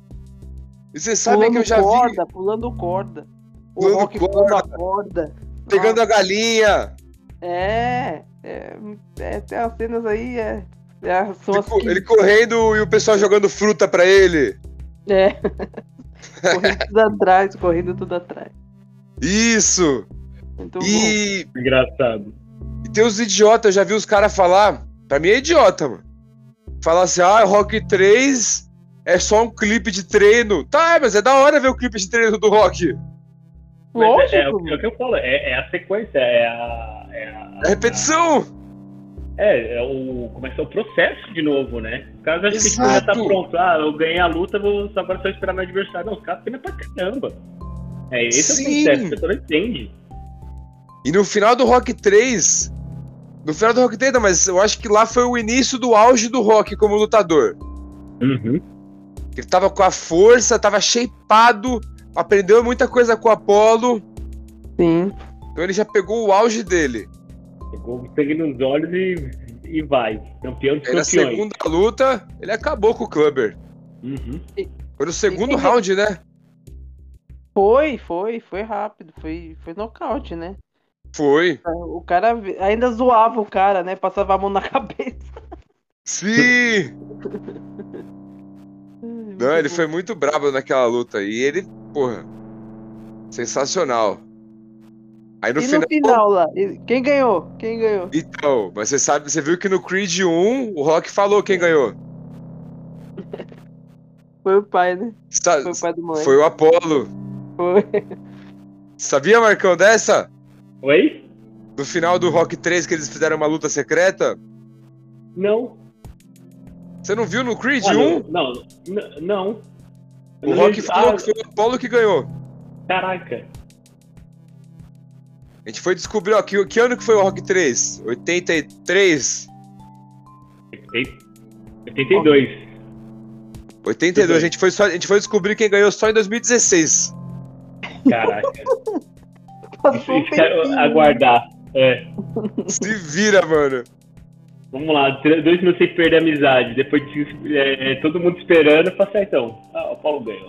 E você sabe que Pulando eu já vi corda, pulando corda. O Pulando rock pulando a corda. pegando a galinha. É, é, é, tem as cenas aí, é. é são Ele, as co- que, ele correndo e o pessoal jogando fruta pra ele. é. Correndo tudo atrás, correndo tudo atrás. Isso! Muito bom. E, Engraçado. e tem os idiotas, eu já vi os caras falar. Pra mim é idiota, mano. Falar assim, ah, Rock três é só um clipe de treino. Tá, mas é da hora ver o clipe de treino do Rock. Mas Lógico, é, é, o que- é o que eu falo, é, é a sequência, é a. É a, É repetição. É, é o. Como é que é o processo de novo, né? Os caras acham que tipo, já tá Exato. pronto. Ah, eu ganhei a luta, vou agora só esperar meu adversário. Não, os caras treinam pra caramba. É, esse é o Sim. processo, a pessoa não entende. E no final do Rock três. No final do Rock três, não, mas eu acho que lá foi o início do auge do Rock como lutador. Uhum. Ele tava com a força, tava shapeado, aprendeu muita coisa com o Apollo. sim. Então ele já pegou o auge dele. Pegou sangue nos olhos e, e vai. Campeão dos Aí na campeões. segunda luta, ele acabou com o Clubber. Uhum. Foi no segundo E- round, né? Foi, foi, foi rápido, foi, foi nocaute, né? Foi. O cara vi- ainda zoava o cara, né? Passava a mão na cabeça. Sim! Não, ele foi muito brabo naquela luta. E ele, porra, sensacional. Aí no e final... no final lá, ele- quem ganhou? Quem ganhou? Então, mas você sabe, você viu que no Creed um, o Rock falou quem ganhou. Foi o pai, né? Sa- Foi o pai do moleque. Foi o Apollo. Foi. Sabia, Marcão, dessa? Oi? No final do Rock três que eles fizeram uma luta secreta? Não. Você não viu no Creed Ah, um? não, não, n- não. O Eu Rock não- falou ah, que foi o Apollo que ganhou. Caraca. A gente foi descobrir, ó, que, que ano que foi o Rock três? oitenta e três? oitenta e dois. oitenta e dois, a gente, foi só, a gente foi descobrir quem ganhou só em dois mil e dezesseis. Caraca. Passou Isso, um isso quero tempinho. aguardar. É. Se vira, mano. Vamos lá, dois minutos sem perder a amizade. Depois de é, todo mundo esperando, eu faço então. Ah, o Paulo ganhou.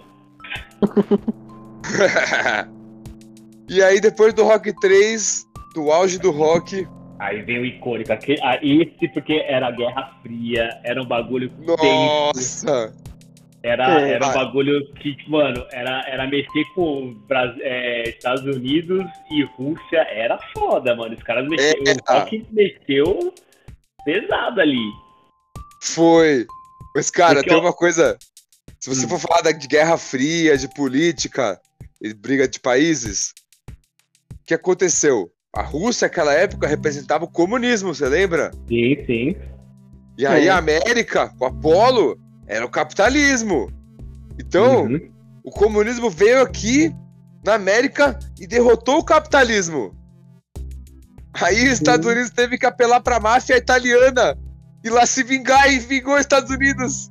E aí, depois do Rock três, do auge do rock, Aí vem o icônico. Aquele, ah, esse porque era a Guerra Fria, era um bagulho tenso. nossa! Era, É. era um bagulho que, mano, era, era mexer com Bras- é, Estados Unidos e Rússia. Era foda, mano. Os caras mexeram. É. O rock mexeu pesado ali. Foi. Mas, cara, Porque, tem ó- uma coisa. Se você Hum. for falar da- de Guerra Fria, de política e briga de países, o que aconteceu? A Rússia, naquela época, representava o comunismo, você lembra? Sim, sim. E aí É. a América, o Apolo, era o capitalismo. Então, Uhum. o comunismo veio aqui na América e derrotou o capitalismo. Aí os Estados Unidos teve que apelar pra máfia italiana e lá se vingar e vingou os Estados Unidos.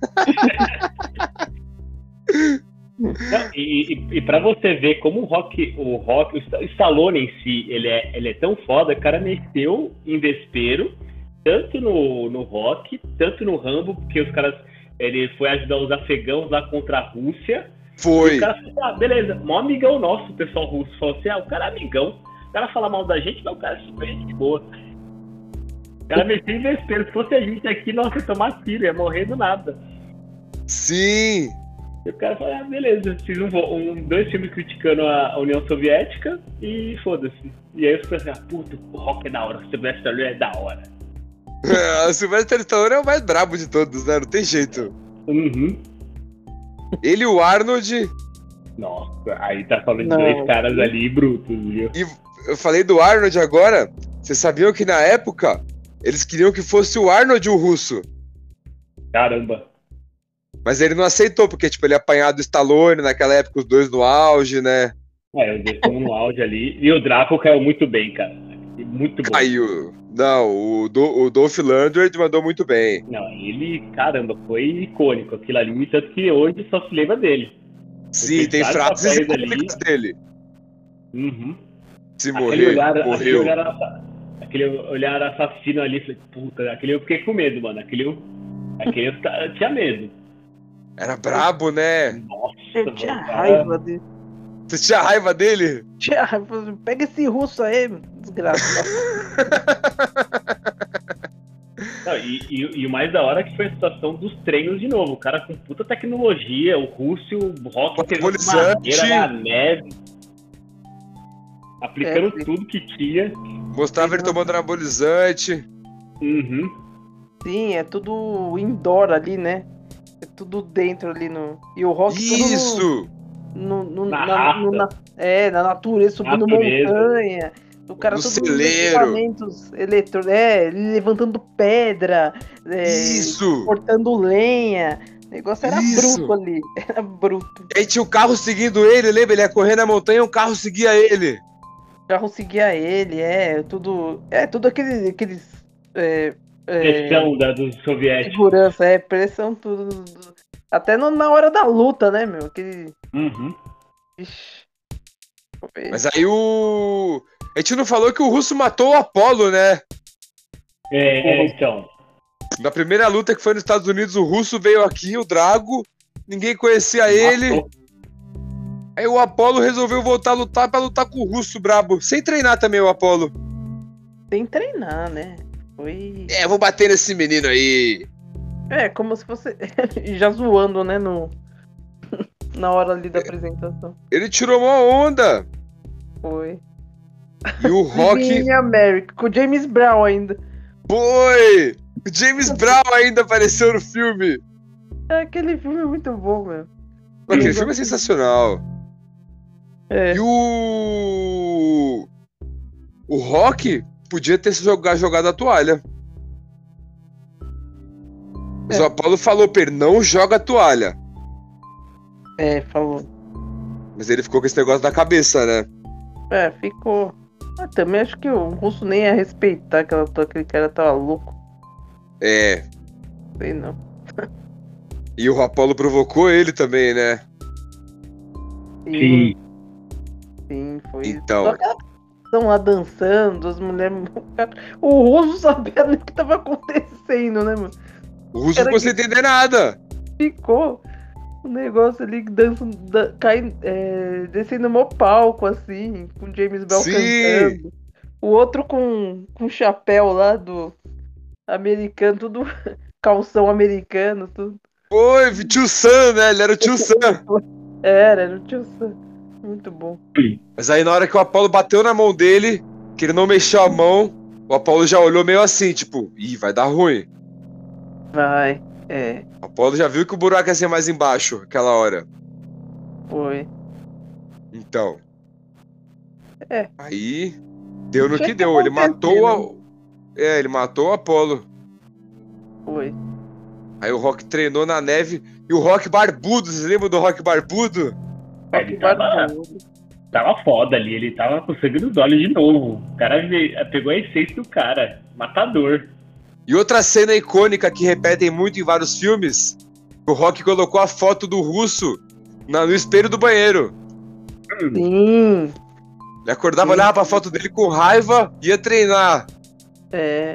Não, e, e, e pra você ver como o rock, o rock, o Sta- o Stallone em si, ele é, ele é tão foda, o cara mexeu em vespeiro, tanto no, no rock, tanto no Rambo, porque os caras, ele foi ajudar os afegãos lá contra a Rússia. E Foi. o cara falou, ah, beleza, mó amigão nosso, o pessoal russo falou assim, ah, o cara é amigão, o cara fala mal da gente, mas o cara é super gente de boa. O cara mexeu em vespeiro, se fosse a gente aqui, nossa, ia tomar tiro, ia morrer do nada. Sim. E o cara falou, ah, beleza, fiz um, vo- um, dois filmes criticando a, a União Soviética e foda-se. E aí os caras falaram, puta, o rock é da hora, o Sylvester Stallone é da hora. O Sylvester Stallone é o mais brabo de todos, né? Não tem jeito. Uhum. Ele e o Arnold. Nossa, aí tá falando de Não. dois caras ali brutos, viu? E eu falei do Arnold agora. Vocês sabiam que na época eles queriam que fosse o Arnold o russo. Caramba. Mas ele não aceitou, porque tipo, ele apanhado do Stallone naquela época, os dois no auge, né? É, os dois estão no auge ali. E o Draco caiu muito bem, cara. Muito bom. Caiu. Não, o, Do, o Dolph Lundgren mandou muito bem. Não, ele, caramba, foi icônico aquilo ali, tanto que hoje só se lembra dele. Sim, Tem tem vários frases papéis ali. icônicas dele. Uhum. Se Aquele morrer, olhar, aquele morreu. olhar, assa- aquele olhar assassino ali, falei, puta, aquele eu fiquei com medo, mano. Aquele eu, aquele eu ta- tinha medo. Era brabo, né? Nossa, Eu tinha mano, raiva dele. Você tinha raiva dele? Tinha raiva. Pega esse russo aí, desgraçado. Não, e, e- e o mais da hora é que foi a situação dos treinos de novo. O cara com puta tecnologia, o russo, o rock pegando Anabolizante. madeira na neve, aplicando É, sim. tudo que tinha. Mostrava ele tomando anabolizante. Uhum. Sim, é tudo indoor ali, né? É tudo dentro ali no. E o rock tudo no- Isso! no, no- Na na, no- na- é, na natureza, subindo Natureza. montanha. O cara No todos celeiro. os equipamentos eletrônicos, é, ele levantando pedra, é, Isso! cortando lenha. O negócio era Isso. bruto ali. Era bruto. E aí tinha um carro seguindo ele, lembra? Ele ia correr na montanha e um carro seguia ele. O carro seguia ele, é, tudo. É, tudo aquele, aqueles. É, é, Pressão da, dos soviéticos. segurança, é, pressão, tudo. Até no- na hora da luta, né, meu? Aquele. Uhum. Ixi. Mas aí o. A gente não falou que o russo matou o Apollo, né? É, é, então. Na primeira luta que foi nos Estados Unidos, o russo veio aqui, o Drago. Ninguém conhecia ele. Matou. Aí o Apollo resolveu voltar a lutar pra lutar com o russo brabo. Sem treinar também o Apollo. Sem treinar, né? Foi. É, vou bater nesse menino aí. É, como se fosse. Já zoando, né? No... Na hora ali da apresentação. Ele tirou uma onda. Foi. E o Rock... Em América, com o James Brown ainda. Foi! O James Brown ainda apareceu no filme. Aquele filme é muito bom, meu. Aquele filme é sensacional. É. E o... O Rock podia ter jogado, jogado a toalha. Mas É. o Apollo falou pra ele, não joga a toalha. É, falou. Mas ele ficou com esse negócio na cabeça, né? É, ficou. Ah, também acho que o russo nem ia respeitar aquela, aquele cara tava louco. É. Sei não. E o Apollo provocou ele também, né? Sim. Sim, foi. Então. Só aquela estão lá dançando, as mulheres. O russo sabia nem o que tava acontecendo, né, mano? O Russo não Era ficou sem entender nada. Ficou um negócio ali que dança, da, cai, é, descendo no palco, assim, com James Bell Sim. cantando. O outro com, com chapéu lá do americano, tudo calção americano, tudo. Foi, tio Sam, né? Ele era o tio Sam. Era, era o tio Sam. Muito bom. Mas aí na hora que o Apollo bateu na mão dele, que ele não mexeu a mão, o Apollo já olhou meio assim, tipo, ih, vai dar ruim. Vai, é, O Apollo já viu que o buraco ia ser mais embaixo aquela hora. foi. Então. É. Aí deu no Tinha que que deu. Ele acontecer, matou a... né? É, ele matou o Apollo. Foi. Aí o Rock treinou na neve. E o Rock barbudo, vocês lembram do Rock barbudo? Ele tava, tava foda ali, ele tava com sangue nos olhos de novo. O cara veio- pegou a essência do cara, matador. E outra cena icônica que repetem muito em vários filmes, o Rock colocou a foto do Russo na- no espelho do banheiro. Sim, Ele acordava, Sim. olhava pra foto dele com raiva e ia treinar. é.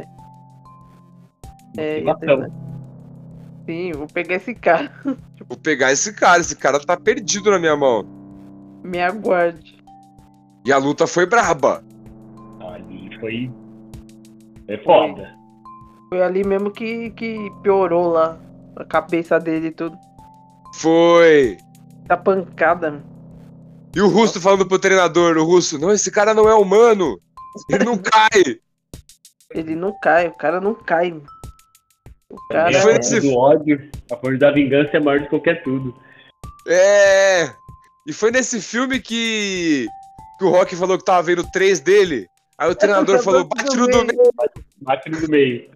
É, ia Motivação. ter- sim, vou pegar esse cara. Vou pegar esse cara, esse cara tá perdido na minha mão. Me aguarde. E a luta foi braba. Ali foi. É foda. Foi ali mesmo que, que piorou lá. A cabeça dele e tudo. Foi. Tá pancada. meu. E o Russo falando pro treinador, o Russo, não, esse cara não é humano. Ele não cai. Ele não cai, o cara não cai. meu. O cara Também foi a é... nesse- força do ódio, a força da vingança é maior do que qualquer tudo. É. E foi nesse filme que, que o Rock falou que tava vendo três dele. Aí o treinador falou, bate no do meio. Máquina do meio.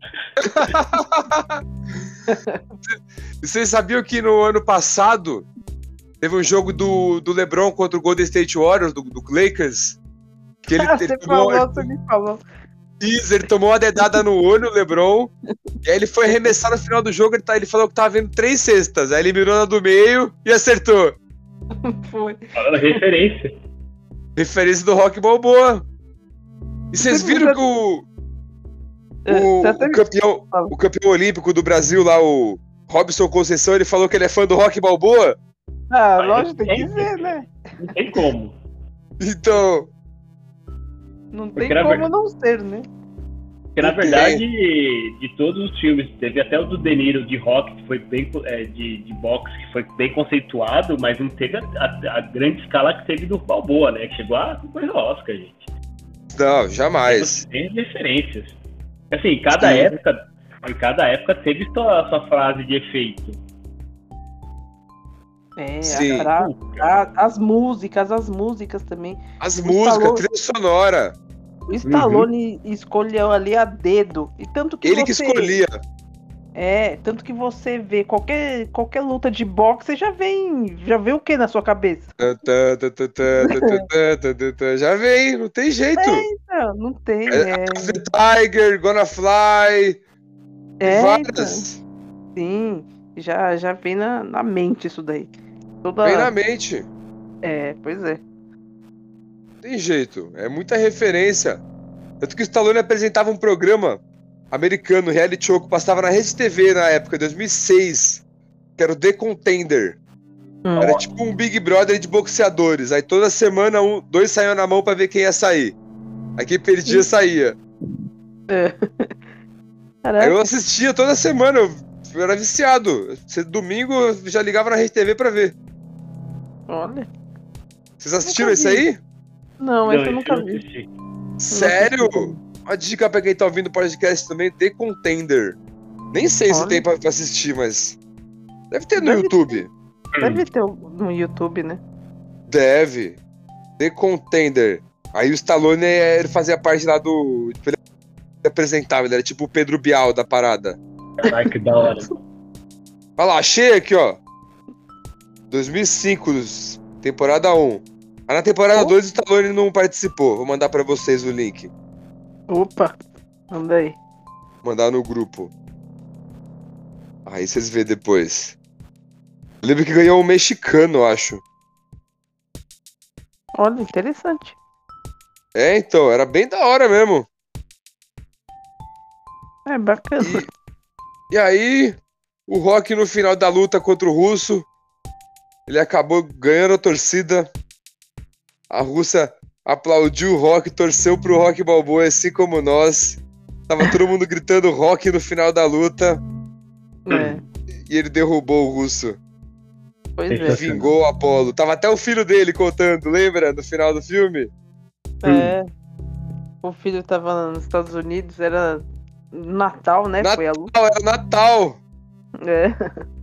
E vocês sabiam que no ano passado teve um jogo do, do LeBron contra o Golden State Warriors, do, do Lakers? Que ele, Ah, ele você tomou, falou, você me falou. isso, ele tomou uma dedada no olho, o LeBron. E aí ele foi arremessar no final do jogo, ele, tá, ele falou que tava vendo três cestas. Aí ele mirou na do meio e acertou. Foi. Falando referência. Referência do Rock Balboa. E vocês viram que o, É, o, você até o me campeão, fala. o campeão olímpico do Brasil lá, o Robson Conceição, ele falou que ele é fã do Rock Balboa? Ah, Mas lógico, tem que é- ver, né? Não tem como. Então, Não tem Porque na como ver- não ser, né? Porque, na Não tem. verdade, de todos os filmes, teve até o do De Niro de rock, que foi bem, é, de, de boxe, que foi bem conceituado, mas não teve a, a- a grande escala que teve do Balboa, né? Que chegou a concorrer ao Oscar, gente. não, jamais. Tem referências. Assim, em cada Sim. época, em cada época teve sua, sua frase de efeito. É, Sim. a- a- as músicas, as músicas também. As O músicas, Stallone- trilha sonora, O Stallone escolheu ali a dedo. E tanto que ele que você... escolhia. É, tanto que você vê qualquer, qualquer luta de boxe, você já vem, já vê o que na sua cabeça? Tã, tã, tã, tã, tã, tã, tã, tã, tã, tã. Já vem, não tem jeito. Não, não tem, É, é, The Tiger, Gonna Fly, é várias. sim, já, já vem na, na mente isso daí. Toda, Vem na mente. É, pois é. Não tem jeito, é muita referência. Tanto que o Stallone apresentava um programa americano, reality show, que passava na Rede T V na época, dois mil e seis, que era o The Contender. Hum. Era tipo um Big Brother de boxeadores. Aí toda semana um, dois saíam na mão pra ver quem ia sair. Aí quem perdia saía. Aí Caraca, eu assistia toda semana, eu, eu era viciado. Esse domingo eu já ligava na Rede T V pra ver. olha. Vocês assistiram Nunca isso vi. aí? Não, Não, esse eu esse nunca não vi. assisti. Sério? Uma dica pra quem tá ouvindo o podcast também, The Contender. Nem sei se Olha. tem pra, pra assistir, mas... Deve ter no Deve YouTube. Deve ter no YouTube, né? Deve. The Contender. Aí o Stallone, ele fazia parte lá do... Ele apresentava, ele era tipo o Pedro Bial da parada. Caraca, que da hora. Olha lá, achei aqui, ó. dois mil e cinco, temporada um. Aí na temporada Oh. dois o Stallone não participou. Vou mandar pra vocês o link. Opa, manda aí. Mandar no grupo. Aí vocês vê depois. Eu lembro que ganhou um mexicano, eu acho. Olha, interessante. É, então, era bem da hora mesmo. É bacana. E aí, o Rock no final da luta contra o Russo, ele acabou ganhando a torcida. A Rússia aplaudiu o Rock, torceu pro Rock Balboa, assim como nós. Tava todo mundo gritando Rock no final da luta. É, E ele derrubou o Russo. pois E é. vingou o Apollo. Tava até o filho dele contando, lembra? No final do filme. É. O filho tava nos Estados Unidos, era Natal, né? Natal. Foi a luta. Era Natal. É.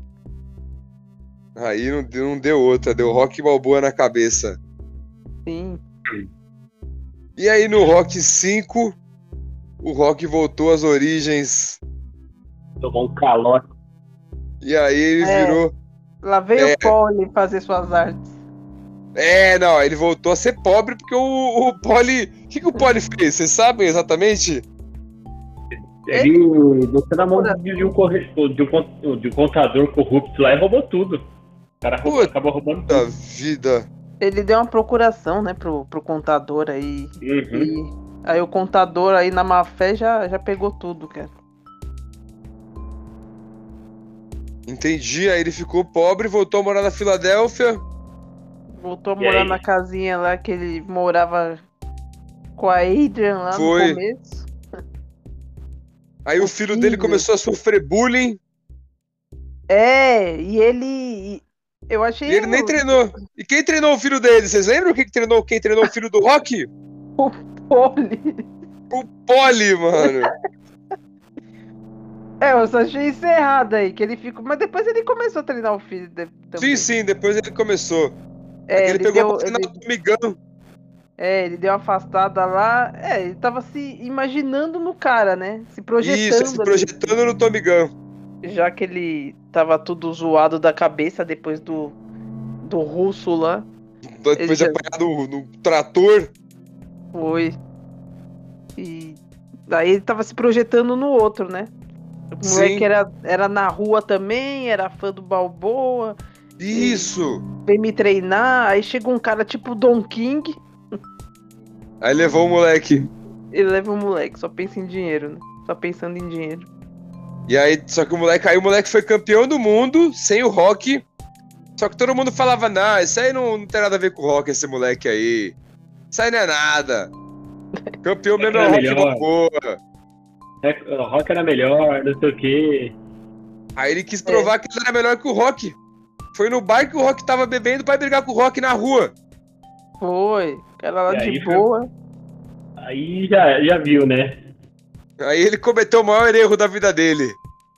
Aí não deu, não deu outra, deu Rock Balboa na cabeça. Sim. E aí no Rock cinco, o Rock voltou às origens. Tomou um calote. E aí ele É. virou... Lá veio É. o Poli fazer suas artes. É, não, ele voltou a ser pobre porque o, o Poli... O que, que o Poli fez? Vocês sabem exatamente? Ele deixou na mão de, de um corretor, de um, con- de um contador corrupto lá e roubou tudo. O cara roubou, Puta. acabou roubando Da tudo. vida. Ele deu uma procuração, né, pro, pro contador aí. Uhum. E aí o contador aí na má fé já, já pegou tudo, cara. Entendi, aí ele ficou pobre, voltou a morar na Filadélfia. Voltou a E morar aí? na casinha lá que ele morava com a Adrian lá Foi. no começo. Aí o O filho dele filho. começou a sofrer bullying É, e ele. Eu achei. e ele nem o- treinou. E quem treinou o filho dele? Vocês lembram quem que treinou, quem treinou o filho do Rock? O Poli. O Poli, mano. É, eu só achei isso errado aí, que ele ficou. Mas depois ele começou a treinar o filho de... Sim, também. sim, depois ele começou. É, ele, ele, pegou deu, pra treinar ele, o Tomigão. é, ele deu uma afastada lá. É, ele tava se imaginando no cara, né? Se projetando. Isso, se ali. projetando no Tomigão. Já que ele tava tudo zoado da cabeça depois do, do russo lá. Depois Ele de já- apanhar no, no trator. Foi. E daí ele tava se projetando no outro, né? O moleque Sim. era, era na rua também, era fã do Balboa, Isso. veio me treinar, aí chega um cara tipo Don King, Aí levou o moleque. ele leva o moleque, só pensa em dinheiro, né? Só pensando em dinheiro. E aí, só que o moleque, aí o moleque foi campeão do mundo, sem o Rock. Só que todo mundo falava, não, isso aí não, não tem nada a ver com o Rock, esse moleque aí. Isso aí não é nada. Campeão mesmo é o Era Rock melhor. Balboa. É, o Rock era melhor, não sei o quê. Aí ele quis provar que ele era melhor que o Rock. Foi no bar que o Rock tava bebendo pra brigar com o Rock na rua. Foi, o cara lá E de aí foi- boa. Aí já, já viu, né? Aí ele cometeu o maior erro da vida dele.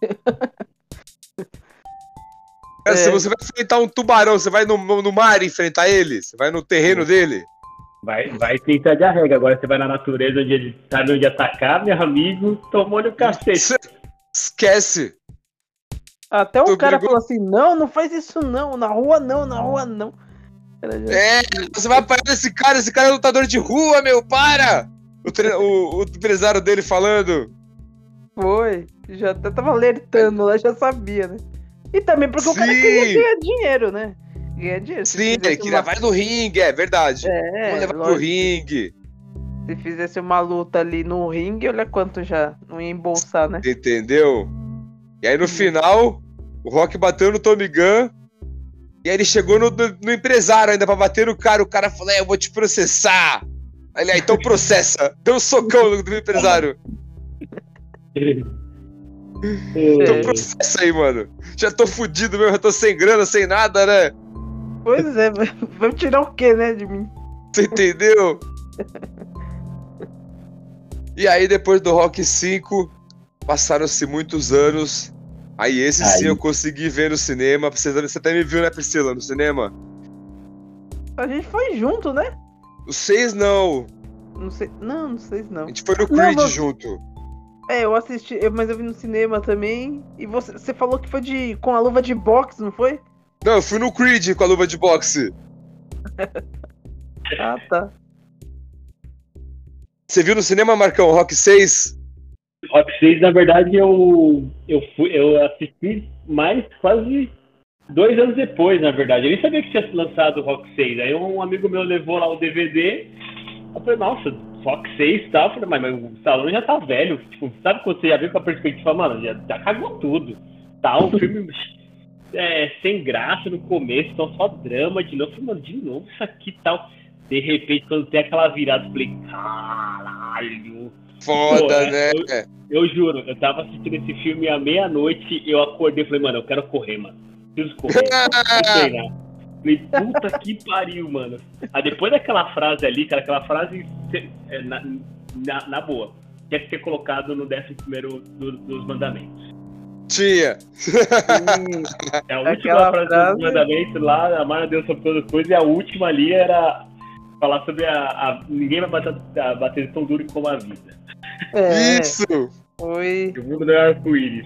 Cara, É. se você vai enfrentar um tubarão, você vai no, no mar enfrentar ele? Você vai no terreno dele? Vai, vai tentar de arrega. Agora você vai na natureza onde ele sabe onde atacar, meu amigo, tomou-lhe o cacete. Cê- Esquece. Até Tu o cara brigou- falou assim, não, não faz isso não, na rua não, na rua não. O cara já- É, você vai apanhar desse cara, esse cara é lutador de rua, meu, para! O, tre- o- o empresário dele falando. Foi, já até tava alertando lá, já sabia, né? E também porque o cara Sim. queria ganhar dinheiro, né? Ganhar dinheiro. Se Sim, ele fizesse queria, uma- vai no ringue, é verdade. É, Vamos levar pro lógico. ringue. Se fizesse uma luta ali no ringue, olha quanto já não ia embolsar, né? Entendeu? E aí no final, o Rock bateu no Tommy Gunn. E aí ele chegou no, no- no empresário ainda pra bater no cara. O cara falou: é, eu vou te processar. Aí ele, ah, então processa. Deu um socão no, no empresário. Então É. processa aí, mano. Já tô fudido mesmo, já tô sem grana, sem nada, né? Pois é, vai- vai tirar o quê, né, de mim? Você entendeu? E aí, depois do Rock cinco, passaram-se muitos anos. Aí esse Aí. sim eu consegui ver no cinema. Você, você até me viu, né, Priscila, no cinema? A gente foi junto, né? O seis não. Não sei. Não, não sei se não. A gente foi no Não, Creed você- junto. É, eu assisti, eu- mas eu vi no cinema também. E você, você falou que foi de com a luva de boxe, não foi? Não, eu fui no Creed com a luva de boxe. Ah, tá. Você viu no cinema, Marcão, Rock seis? Rock seis, na verdade, eu, eu, fui, eu assisti mais quase dois anos depois, na verdade. Eu nem sabia que tinha lançado o Rock seis. Aí um amigo meu levou lá o D V D. Eu falei, nossa, Rock seis e tal. Eu falei, mas, mas o Stallone já tá velho. Tipo, sabe quando você já viu com a perspectiva, mano, já, já cagou tudo. Tá, um filme é, sem graça no começo, então só drama de novo. Eu falei, mano, de novo isso aqui e tal. De repente, quando tem aquela virada, eu falei, caralho. Foda, Pô, é, né? Eu juro, eu tava assistindo esse filme à meia-noite, eu acordei e falei, mano, eu quero correr, mano. Preciso correr, preciso treinar. Falei, puta que pariu, mano. Aí depois daquela frase ali, cara, aquela frase, é, na, na, na boa, tinha que ser colocado no décimo primeiro do, dos mandamentos. Tinha. É a Aquela última frase, frase- dos mandamentos lá, amar a Deus sobre todas as coisas, e a última ali era falar sobre a... a ninguém vai bater, a, bater tão duro como a vida. É, Isso. foi. O mundo não é arco-íris.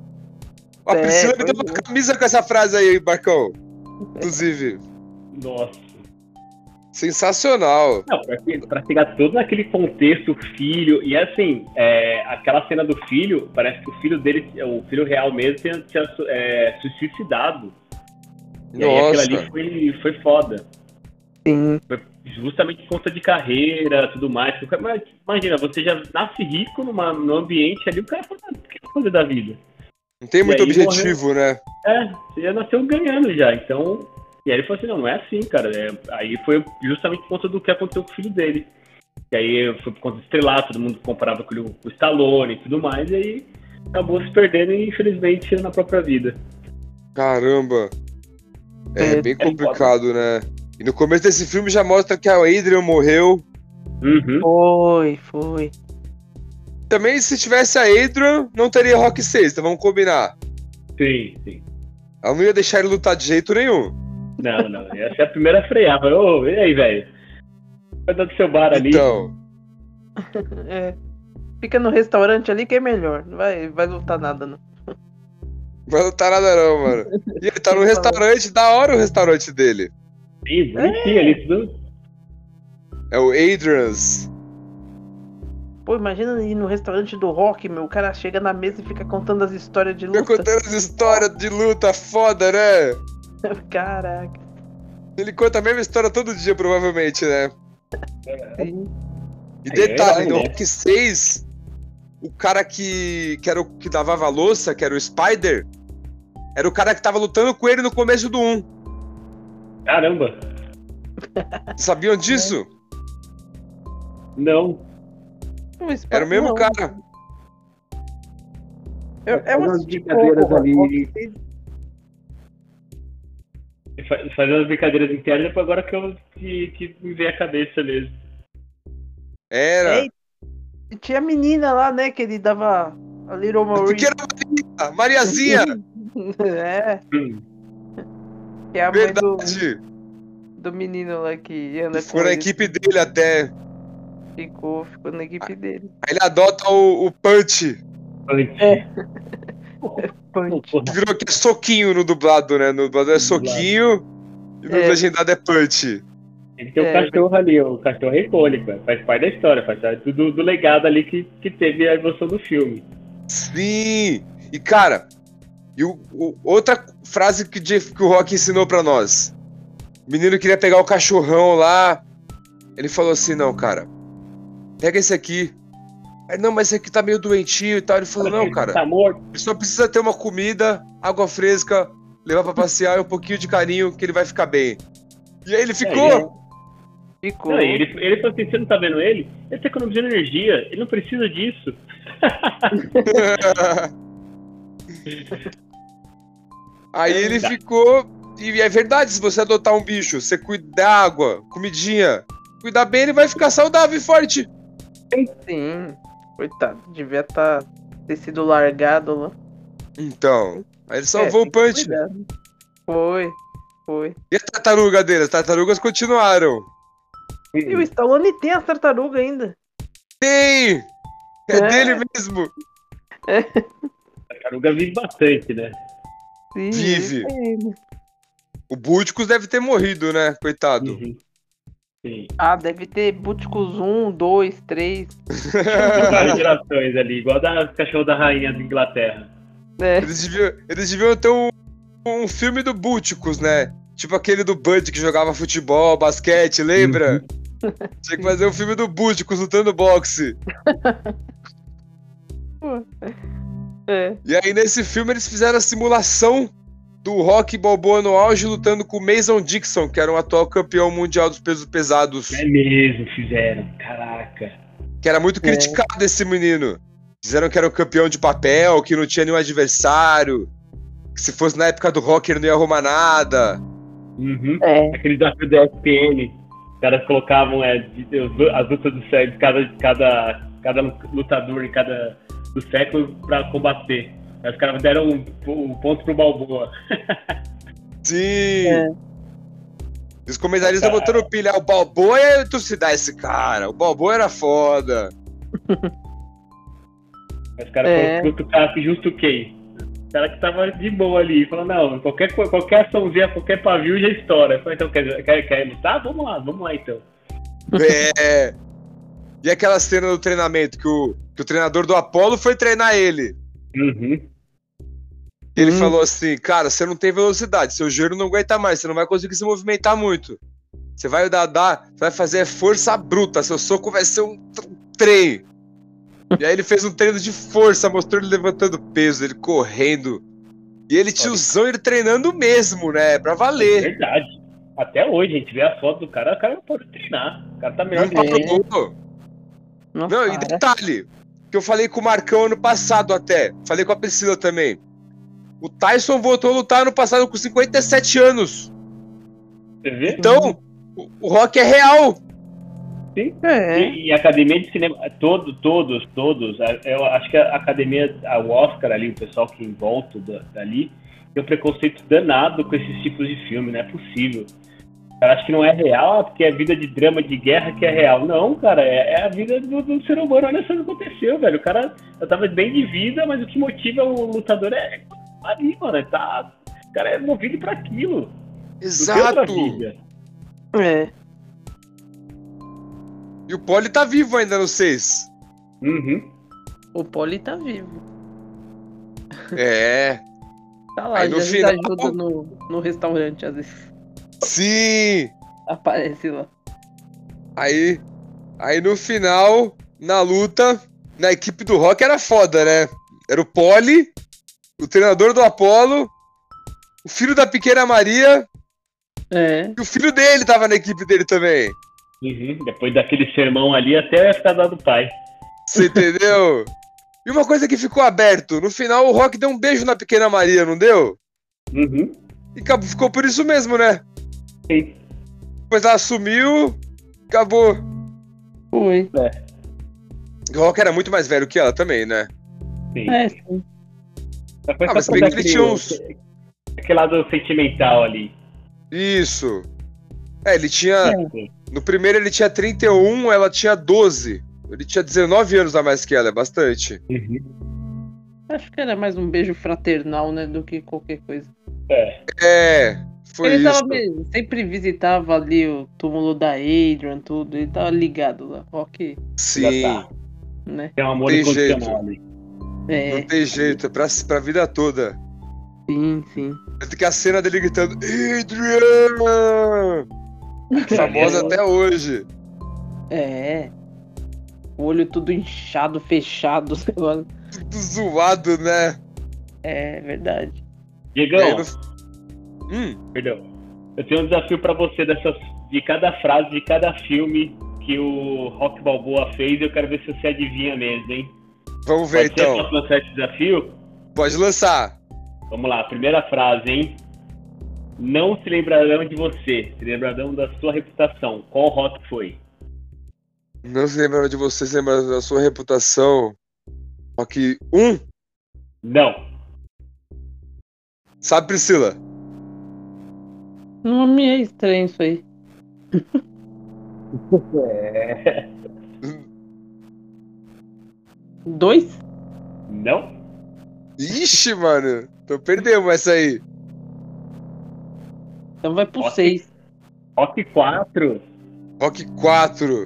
A É, Priscila me pois deu uma é. camisa com essa frase aí, Marcão. Inclusive. Nossa. Sensacional. Não, pra, pra chegar todo naquele contexto, o filho, e assim, é, aquela cena do filho, parece que o filho dele, o filho real mesmo, tinha, tinha é, se suicidado. E aí aquilo ali Nossa. foi, foi foda. Sim. Foi justamente por conta de carreira, tudo mais. Mas imagina, você já nasce rico numa, num ambiente ali, o cara fala, o que eu vou fazer da vida? Não tem E muito aí objetivo, né? É, você já nasceu ganhando já, então... E aí ele falou assim, não, não é assim, cara. É, aí foi justamente por conta do que aconteceu com o filho dele. E aí foi por conta do estrelato, todo mundo comparava com o Stallone e tudo mais, e aí acabou se perdendo, infelizmente, na própria vida. Caramba. É É, bem é complicado, né? E no começo desse filme já mostra que a Adrian morreu. Uhum. Foi, foi. Também, se tivesse a Adrian, não teria Rock seis, então vamos combinar. Sim, sim. Ela não ia deixar ele lutar de jeito nenhum. Não, não. Essa é a primeira a frear. Falei, ô, e aí, velho? Vai dar do seu bar ali. Então, É. Fica no restaurante ali que é melhor. Não vai, vai lutar nada, não. não vai lutar nada não, mano. E ele tá no Quem restaurante, da hora o restaurante dele. Sim, bonitinho ali, tudo. É o Adrian's. Pô, imagina ir no restaurante do Rock, meu. O cara chega na mesa e fica contando as histórias de Fica luta. contando as histórias de luta foda, né? Caraca. Ele conta a mesma história todo dia, provavelmente, né? Sim. E É detalhe, verdade, no né? Rock seis, o cara que, que era o que lavava a louça, que era o Spider, era o cara que tava lutando com ele no começo do um. Caramba. Sabiam disso? Não. Era o mesmo Não, cara. Eu, eu Umas assisti brincadeiras pouco, ali. Rock. Fa- Fazendo as brincadeiras internas, depois agora que eu que, que me veio a cabeça mesmo. Era. É, e tinha a menina lá, né, que ele dava a Little A Marie. pequena Maria, Mariazinha. É, Hum. que é a mãe do, Verdade. do menino lá que anda com Ficou na ele. equipe dele até. Ficou, ficou na equipe dele. Aí ele adota o, o Punch. É. Punch. Punch. Que virou que é soquinho no dublado, né? No dublado é soquinho e no É. legendado é Punch. Ele tem o É, cachorro ali, o cachorro é icônico, velho. Faz parte da história, faz parte do, do legado ali que, que teve a evolução do filme. Sim! E cara, e o, o- outra frase que, Jeff- que o Rock ensinou pra nós. O menino queria pegar o cachorrão lá. Ele falou assim: não, cara, pega esse aqui. Aí, não, mas esse aqui tá meio doentinho e tal. Ele falou: não, cara, Tá morto? ele só precisa ter uma comida, água fresca, levar pra passear e um pouquinho de carinho que ele vai ficar bem. E aí ele ficou. Ficou. Não, e ele, ele falou assim, você não tá vendo ele? Ele tá economizando energia, ele não precisa disso. Aí ele Tá. ficou. E é verdade, se você adotar um bicho, você cuidar da água, comidinha, cuidar bem, ele vai ficar saudável e forte. Sim. Coitado, devia tá, ter sido largado lá. Então, aí ele salvou É, o Punch. cuidado. Foi, foi. E a tartaruga dele? As tartarugas continuaram. E o Stallone tem as tartarugas ainda. Tem! É, É. dele mesmo. A tartaruga vive bastante, né? Sim, Vive. ele tem ainda. O Búticos deve ter morrido, né? Coitado. Uhum. Sim. Ah, deve ter Búticos um, dois, três. Tem várias gerações ali, igual da cachorro da rainha da Inglaterra. É. Eles deviam, eles deviam ter um, um filme do Búticos, né? Tipo aquele do Bud que jogava futebol, basquete, lembra? Tinha que fazer um filme do Búticos lutando boxe. É. E aí nesse filme eles fizeram a simulação do Rocky Balboa no auge lutando com o Mason Dixon, que era um atual campeão mundial dos pesos pesados. É mesmo, fizeram. Caraca. Que era muito criticado esse menino. Disseram que era um campeão de papel, que não tinha nenhum adversário, que se fosse na época do Rocky ele não ia arrumar nada. Uhum. É. Aquele desafio da S P N. Os caras colocavam é, de, de, as lutas do século de cada, cada, cada lutador em cada do século pra combater. Aí os caras deram um, um ponto pro Balboa. Sim. É. E os comentaristas Cara. botando pilha. O Balboa ia trucidar esse cara. O Balboa era foda. Aí os caras É. falaram que o cara justo quem? O cara que tava de boa ali. Falou, não, qualquer, co- qualquer açãozinha, qualquer pavio já estoura. Eu falei, então quer, quer, quer lutar? Vamos lá, vamos lá então. É. E aquela cena do treinamento que o, que o treinador do Apollo foi treinar ele. Uhum. E ele Hum. falou assim, cara, você não tem velocidade, seu joelho não aguenta mais, você não vai conseguir se movimentar muito. Você vai dar, dar vai fazer força bruta, seu soco vai ser um tr- trem. E aí ele fez um treino de força, mostrou ele levantando peso, ele correndo. E ele tiozão, ele treinando mesmo, né? Pra valer. Verdade. Até hoje, a gente vê a foto do cara, o cara não pode treinar. O cara tá melhor Não que ele. parou. Não, Não, e para. detalhe, que eu falei com o Marcão ano passado até, falei com a Priscila também. O Tyson voltou a lutar ano passado com cinquenta e sete anos. Você vê? Então, o, o Rock é real. É. E, e a academia de cinema, todo, todos, todos, a- eu acho que a academia, a- o Oscar ali, o pessoal que em volta da- dali, tem um preconceito danado com esses tipos de filme, não é possível. Cara, acho que não é real, porque é vida de drama de guerra que é real. Não, cara, é, é a vida do, do ser humano. Olha só o que aconteceu, velho. O cara já tava bem de vida, mas o que motiva o lutador é ali, mano. é Tá, o cara é movido pra aquilo. Não tem outra Exato. vida. É. E o Poli tá vivo ainda no seis. Uhum. O Poli tá vivo. É. Tá lá, Aí no já final- ajuda no, no restaurante, às vezes. Sim. Aparece lá. Aí, aí no final, na luta, na equipe do Rock era foda, né? Era o Poli, o treinador do Apollo, o filho da pequena Maria É. e o filho dele tava na equipe dele também. Uhum. Depois daquele sermão ali, até vai ficar dado pai. Você entendeu? E uma coisa que ficou aberto, no final o Rock deu um beijo na pequena Maria, não deu? Uhum. E acabou- ficou por isso mesmo, né? Sim. Depois ela sumiu, acabou. Foi. O Rock era muito mais velho que ela também, né? Sim. É, sim. Mas foi Ah, só mas por bem que aquele- ele tinha uns- aquele lado sentimental ali. Isso. É, ele tinha... Sim. No primeiro ele tinha trinta e um, ela tinha doze. Ele tinha dezenove anos a mais que ela, é bastante. Uhum. Acho que era mais um beijo fraternal, né, do que qualquer coisa. É. É, foi ele isso. tava mesmo, sempre visitava ali o túmulo da Adrian, tudo. Ele tava ligado lá. Rock, Sim, Já tá. né? Tem um amor Tem incondicional jeito. ali. É, não tem jeito, é pra, pra vida toda. sim, sim. Tanto que a cena dele gritando Adrian! Famosa É. até hoje. É. O olho tudo inchado, fechado. sei lá. Tudo zoado, né? É verdade. E aí Diegão, no- Hum, perdão. Eu tenho um desafio pra você dessas, de cada frase, de cada filme que o Rock Balboa fez. Eu quero ver se você adivinha mesmo, hein? vamos ver Pode ser então. pra lançar esse desafio? Pode lançar. Vamos lá, primeira frase, hein? Não se lembrarão de você, se lembrarão da sua reputação. Qual rock foi? Não se lembra de você, se lembra da sua reputação. Rock um? Não. Sabe, Priscila? Não me é estranho isso aí. É. Dois? Não. Ixi, mano. Então perdemos essa aí. Então vai pro Rock. seis. Rock quatro. Rock quatro.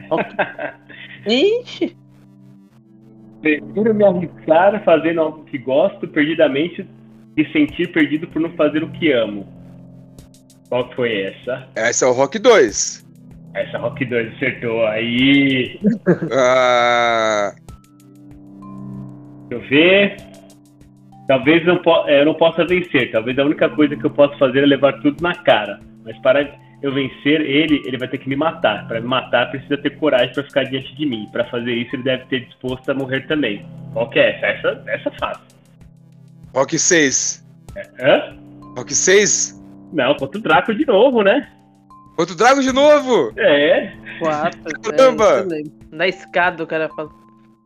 Ixi. Prefiro me arriscar fazendo algo que gosto perdidamente e sentir perdido por não fazer o que amo. Qual foi essa? Essa é o Rock dois. Essa Rock dois acertou. Aí. Ah, Deixa eu ver. Talvez não po- é, eu não possa vencer. Talvez a única coisa que eu possa fazer é levar tudo na cara. Mas para eu vencer ele, ele vai ter que me matar. Para me matar, precisa ter coragem para ficar diante de mim. Para fazer isso, ele deve ter disposto a morrer também. Qual que é essa? Essa, essa é fácil. Rock seis. Hã? Rock seis? Não, contra o Draco de novo, né? Outro Drago de novo? É. Quatro. Caramba! É, eu lembro. Na escada o cara fala.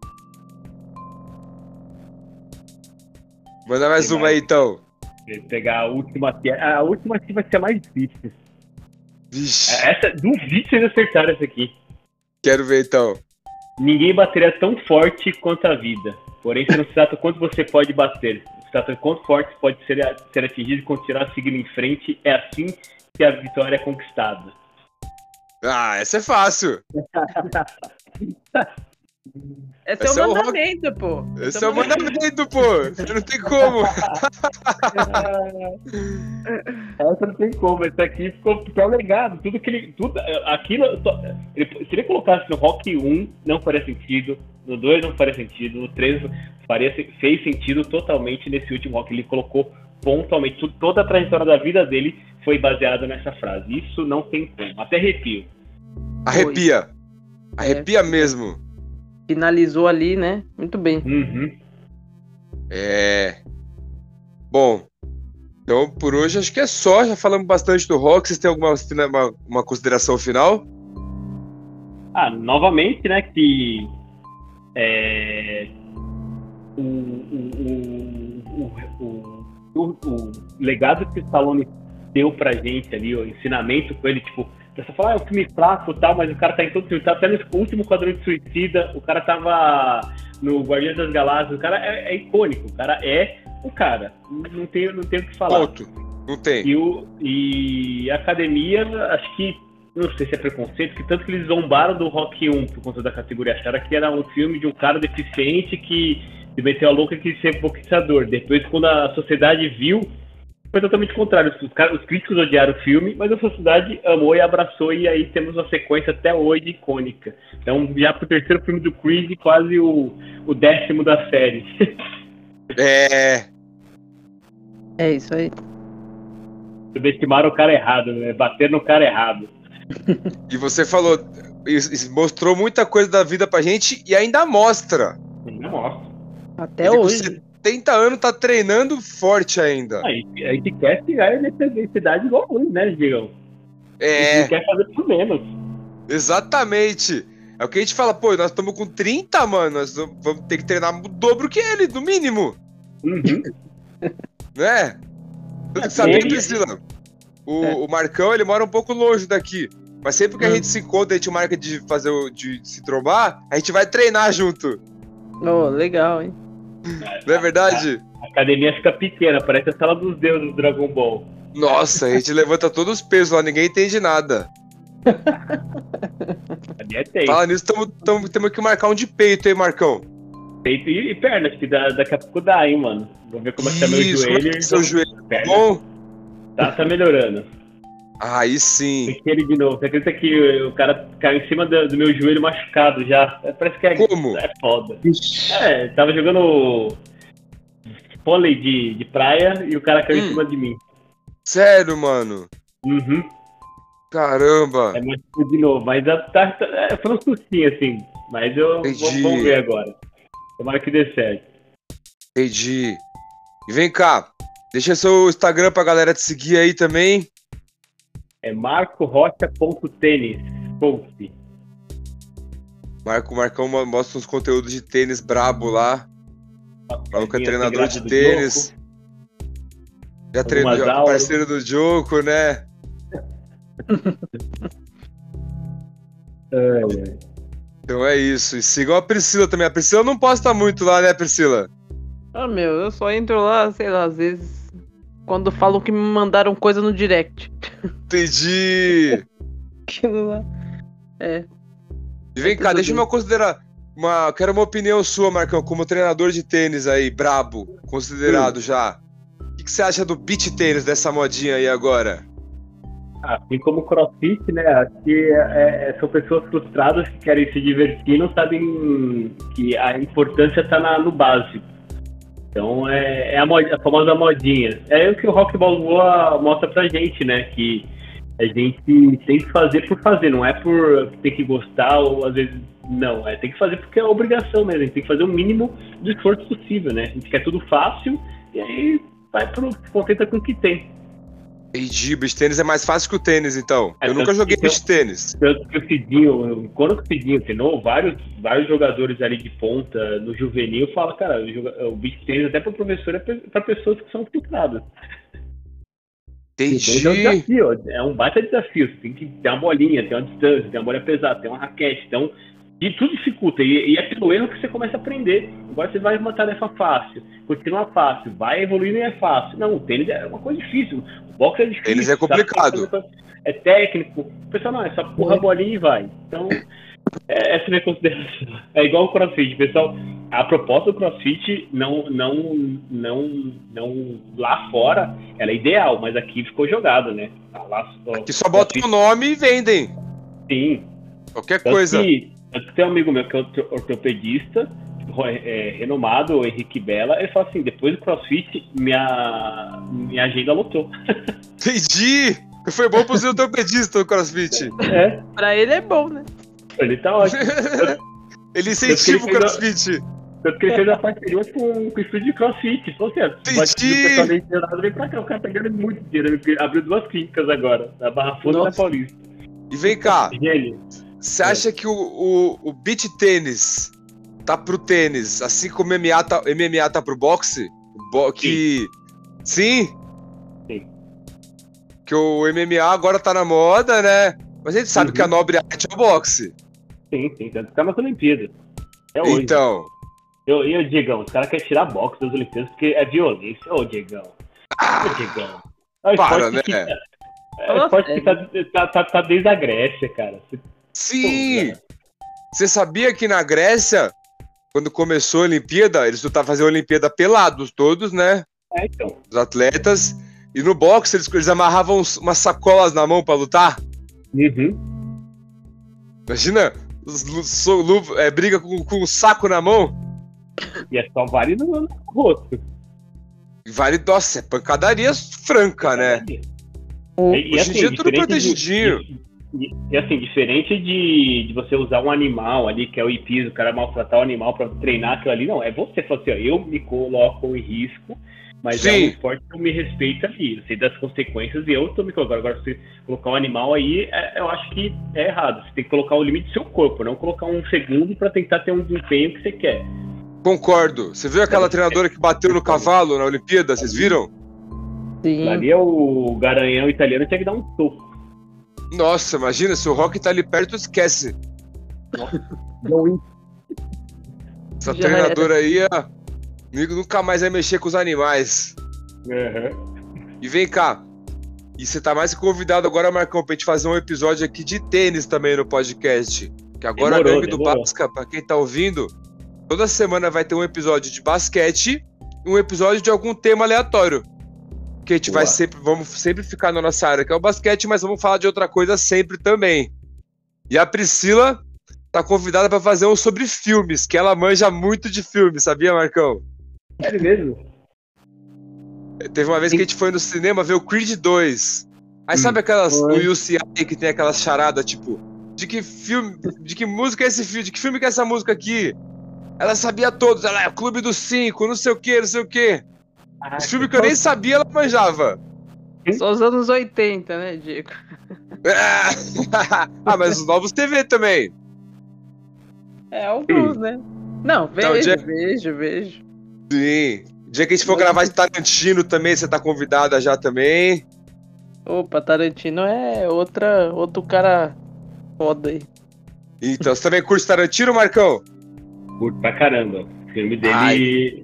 Manda mais Tem uma mais. aí, então. Vou pegar a última aqui. A última aqui vai ser a mais difícil. Vixe, Essa, duvido vocês acertaram essa aqui. quero ver, então. Ninguém bateria tão forte quanto a vida. Porém, se não se trata quanto você pode bater. Se trata de quanto forte pode ser, ser atingido e continuar seguindo em frente. É assim que a vitória é conquistada. Ah, essa é fácil. Esse, Esse é é o o rock- mandamento, pô. Esse é o mandamento, pô. Não tem como. Essa não tem como. Essa aqui ficou ficou legado. Tudo que ele. Tudo, aquilo. Ele, se ele colocasse no Rock um, não faria sentido. No dois não faria sentido. No três faria, fez sentido totalmente nesse último Rock. Ele colocou pontualmente. Tudo, toda a trajetória da vida dele foi baseada nessa frase. Isso não tem como. Até arrepio. Arrepia. Arrepia mesmo. Finalizou ali, né? Muito bem. Uhum. É. Bom. Então, por hoje, acho que é só. Já falamos bastante do rock. Vocês têm alguma uma, uma consideração final? Ah, novamente, né, que é, o, o, o, o, o, o legado que o Stallone deu pra gente ali, o ensinamento com ele, tipo, a pessoa fala, ah, é um filme fraco e tal, mas o cara tá em todo filme, tá até no último Quadrante Suicida, o cara tava no Guardiões das Galáxias, o cara é, é icônico, o cara é o cara, não tem, não tem o que falar. Ponto. Não tem. E, o, e a academia, acho que, não sei se é preconceito, que tanto que eles zombaram do Rock um por conta da categoria. Acharam que era um filme de um cara deficiente que se meteu a louca que ser boxeador. Depois, quando a sociedade viu, foi totalmente contrário. Os, caras, os críticos odiaram o filme, mas a sociedade amou e abraçou, e aí temos uma sequência até hoje icônica. Então, já pro terceiro filme do Creed, quase o, o décimo da série. É. É isso aí. Subestimaram o cara errado, né? Bater no cara errado. E você falou, isso- isso mostrou muita coisa da vida pra gente e ainda mostra. Nossa. Até Ele com hoje. setenta anos tá treinando forte ainda. Aí, a gente quer chegar nessa densidade igual a né, Digão? A É, gente quer fazer por menos. exatamente. É o que a gente fala, pô, nós estamos com trinta, mano, nós vamos ter que treinar o dobro que ele, no mínimo, Uhum. né? Tanto que sabe, Priscila, o, É. o Marcão, ele mora um pouco longe daqui, mas sempre que a Hum. gente se encontra, a gente marca de fazer o, de se trombar, a gente vai treinar junto, Oh, legal, hein? não é verdade? A academia fica pequena, parece a sala dos deuses do Dragon Ball. Nossa, a gente levanta todos os pesos lá, ninguém entende nada. A academia tem. Fala nisso, tamo, tamo, temos que marcar um de peito, hein, Marcão? Peito e, e pernas, que dá, daqui a pouco dá, hein, mano. Vamos ver como é que tá meu Isso, como é joelho. que tá seu então, joelho? perna. Bom? Tá, tá melhorando. Aí sim. Tem que ele de novo. Você acredita que o cara caiu em cima do, do meu joelho machucado já? É, parece que é, Como? é foda. É, tava jogando vôlei de, de praia e o cara caiu Hum. em cima de mim. Sério, mano? Uhum. Caramba. É muito de novo, mas tá, tá, é, foi um sustinho assim. Mas eu Entendi. vou, vamos ver agora. Tomara que dê certo. Entendi. E vem cá, deixa seu Instagram pra galera te seguir aí também. É marco rocha ponto tênis. Coach. Marco, Marcão mostra uns conteúdos de tênis brabo lá. Maluco é treinador de do tênis. Já treinou, já aulas. parceiro do Joko, né? É, é. Então é isso. E sigam a Priscila também. A Priscila não posta muito lá, né, Priscila? Ah, meu, eu só entro lá, sei lá, às vezes, quando falam que me mandaram coisa no direct. Entendi. Aquilo lá. É. E vem É cá, tudo deixa eu bem. me considerar. Uma, quero uma opinião sua, Marcão, como treinador de tênis aí, brabo, considerado já. O que, que você acha do beach tênis, dessa modinha aí agora? Assim como o CrossFit, né? Acho que é, é, são pessoas frustradas que querem se divertir e não sabem que a importância está no básico. Então é, é a, mod, a famosa modinha. É o que o Rock Balboa mostra pra gente, né? Que a gente tem que fazer por fazer, não é por ter que gostar ou às vezes não. É tem que fazer porque é obrigação mesmo. A gente tem que fazer o mínimo do esforço possível, né? A gente quer tudo fácil e aí vai pro, se contenta com o que tem. Entendi, beach tênis é mais fácil que o tênis, então. É, eu nunca joguei então- beach tênis. Tanto que o Cidinho, quando o Cidinho treinou, vários, vários jogadores ali de ponta no juvenil falam, cara, o, joga- o beach tênis até para professor é para pessoas que são frustradas. Entendi. É um desafio, é um baita desafio. Você tem que ter uma bolinha, ter uma distância, ter uma bola pesada, ter uma raquete. Então, e tudo dificulta. E, e é pelo erro que você começa a aprender. Agora você vai uma tarefa fácil, continua fácil, vai evoluindo e é fácil. Não, o tênis é uma coisa difícil. O boxe é difícil. Tênis é complicado. Sabe? É técnico. O pessoal, não, é só porra a bolinha e vai. Então, é, essa é a minha consideração. É igual o CrossFit. Pessoal, a proposta do CrossFit, não, não, não, não lá fora, ela é ideal, mas aqui ficou jogada, né? Lá, Que só botam o nome e vendem. Sim. Qualquer Tanto coisa. que, tanto que tem um amigo meu que é orto- ortopedista, é, renomado, o Henrique Bella, ele fala assim, depois do CrossFit, minha, minha agenda lotou. Entendi. Foi bom pro seu ortopedista o CrossFit. É, Pra ele é bom, né? ele tá ótimo. Ele incentiva o Ele fez a- CrossFit. Tanto que ele fez a parceria com, com o estúdio de CrossFit. Falou assim, ó, Entendi. pode pedir o pessoal nem nada, vem pra cá, o cara tá ganhando muito dinheiro. Ele abriu duas clínicas agora, na Barra Funda e na Nossa. Paulista. E vem cá, Gênio. você acha que o, o, o beach tênis tá pro tênis, assim como o M M A tá, M M A tá pro boxe? O Bo que... Sim? Sim. Que o M M A agora tá na moda, né? Mas a gente sabe Uhum. que a nobre arte é o boxe. Sim, sim, tanto que tá nas Olimpíadas. É hoje. Então, Eu, e o Diegão, os caras querem tirar boxe das Olimpíadas porque é violência. Ô, Diegão. Ô, Diegão. É um para, esporte né? que, é um esporte que tá, tá, tá, tá desde a Grécia, cara. Você- Sim! Você sabia que na Grécia, quando começou a Olimpíada, eles lutavam fazer a Olimpíada pelados todos, né? É, então. Os atletas. E no boxe eles, eles amarravam uns- umas sacolas na mão pra lutar. Uhum. Imagina, os lu- so- lu- é, briga com, com um saco na mão. E é só vale no, no rosto. E vale, nossa, é pancadaria franca, né? E, e, Hoje em assim, dia é tudo diferente protegidinho. De, de- e assim, diferente de, de você usar um animal ali, que é o hipismo, o cara maltratar o animal pra treinar aquilo ali, não. É você falar assim, ó, eu me coloco em risco, mas é Sim. um esporte que eu me respeito ali. Eu sei das consequências e eu tô me colocando. Agora, você colocar um animal aí, é- eu acho que é errado. Você tem que colocar o limite do seu corpo, não colocar um segundo pra tentar ter um desempenho que você quer. Concordo. Você viu aquela treinadora que bateu no cavalo na Olimpíada? Vocês viram? Sim. Ali é o garanhão italiano, tinha que dar um soco. Nossa, imagina, se o Rock tá ali perto, esquece. Essa Já treinadora aí, ó, amigo, nunca mais vai mexer com os animais. Uhum. E vem cá. E você tá mais que convidado agora, Marcão, pra gente fazer um episódio aqui de tênis também no podcast. Que agora Demorou, a gangue do demorou. Basca, pra quem tá ouvindo, toda semana vai ter um episódio de basquete e um episódio de algum tema aleatório. Que a gente Boa. vai sempre, vamos sempre ficar na nossa área, que é o basquete, mas vamos falar de outra coisa sempre também. E a Priscila tá convidada pra fazer um sobre filmes, que ela manja muito de filmes, sabia, Marcão? Sério mesmo? Teve uma vez que a gente foi no cinema ver o Creed dois. Aí sabe aquelas, foi. o U C I que tem aquelas charadas, tipo, de que filme, de que música é esse filme, de que filme que é essa música aqui? Ela sabia todos, ela é o Clube dos Cinco, não sei o que, não sei o que. Ah, Os filmes que eu nem sabia, ela manjava. Só os anos oitenta, né, Diego? ah, mas os novos T V também. É alguns, né? Não, Então, vejo, dia- vejo, vejo. Sim. Dia que a gente for gravar de Tarantino também, você tá convidada já também. Opa, Tarantino é outra, outro cara foda aí. Então, você também curte Tarantino, Marcão? Curto pra caramba. O filme dele. Ai.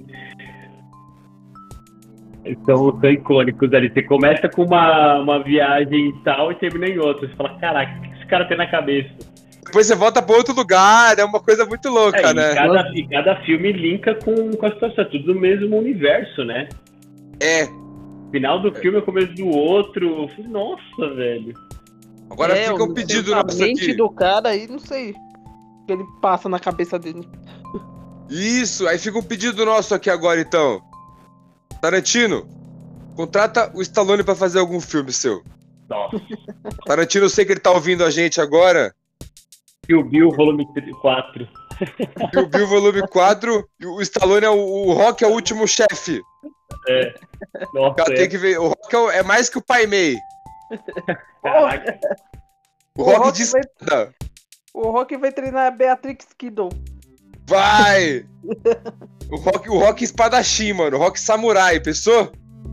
São, são icônicos ali. Você começa com uma, uma viagem e tal e termina em outra. Você fala, caraca, o que esse cara tem na cabeça? Depois você volta pra outro lugar, é uma coisa muito louca, É, né? e, cada, e cada filme linka com, com a situação, é tudo no mesmo universo, né? É. O final do filme é o começo do outro. Eu falei, nossa, velho. Agora É, fica um o- pedido a nosso mente aqui. do cara aí, não sei. O que ele passa na cabeça dele. Isso, aí fica um pedido nosso aqui agora, então. Tarantino, contrata o Stallone pra fazer algum filme seu. Nossa. Tarantino, eu sei que ele tá ouvindo a gente agora. Kill Bill, volume quatro. E o Bill Volume quatro, e o Stallone é o, o Rock é o último chefe. É. Nossa, Cara, é. tem que ver. O Rock é, o- é mais que o Pai Mei. Caraca. O, O Rock, Rock diz vai- nada. O Rock vai treinar a Beatrix Kiddo. Vai! O Rock, o Rock espadachim, mano. O Rock samurai, pensou?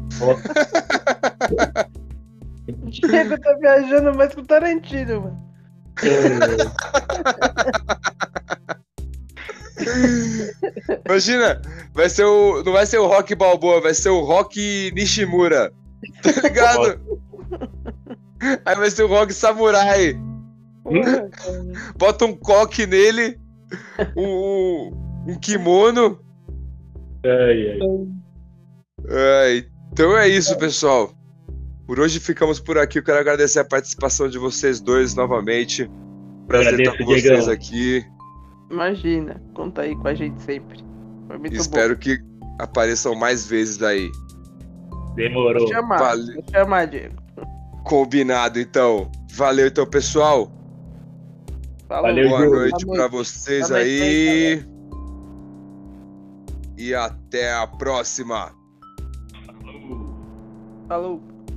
Diego tá viajando mais que o Tarantino, mano. Imagina, vai ser o. Não vai ser o Rock Balboa, vai ser o Rock Nishimura. Tá ligado? Aí vai ser o Rock Samurai. Porra, Bota um coque nele, um, um, um kimono. Ai, ai. Ai, então é isso, pessoal. Por hoje ficamos por aqui. Eu quero agradecer a participação de vocês dois novamente. Prazer Agradeço, estar com vocês Diegão. aqui. Imagina, conta aí com a gente sempre. Foi muito Espero que apareçam mais vezes aí. bom. Demorou. Vou chamar, Valeu. vou chamar, Diego. Combinado, então. Valeu, então, pessoal. Falou. Valeu, Boa Diogo. noite Boa pra noite. vocês Boa noite aí. E até a próxima. Falou.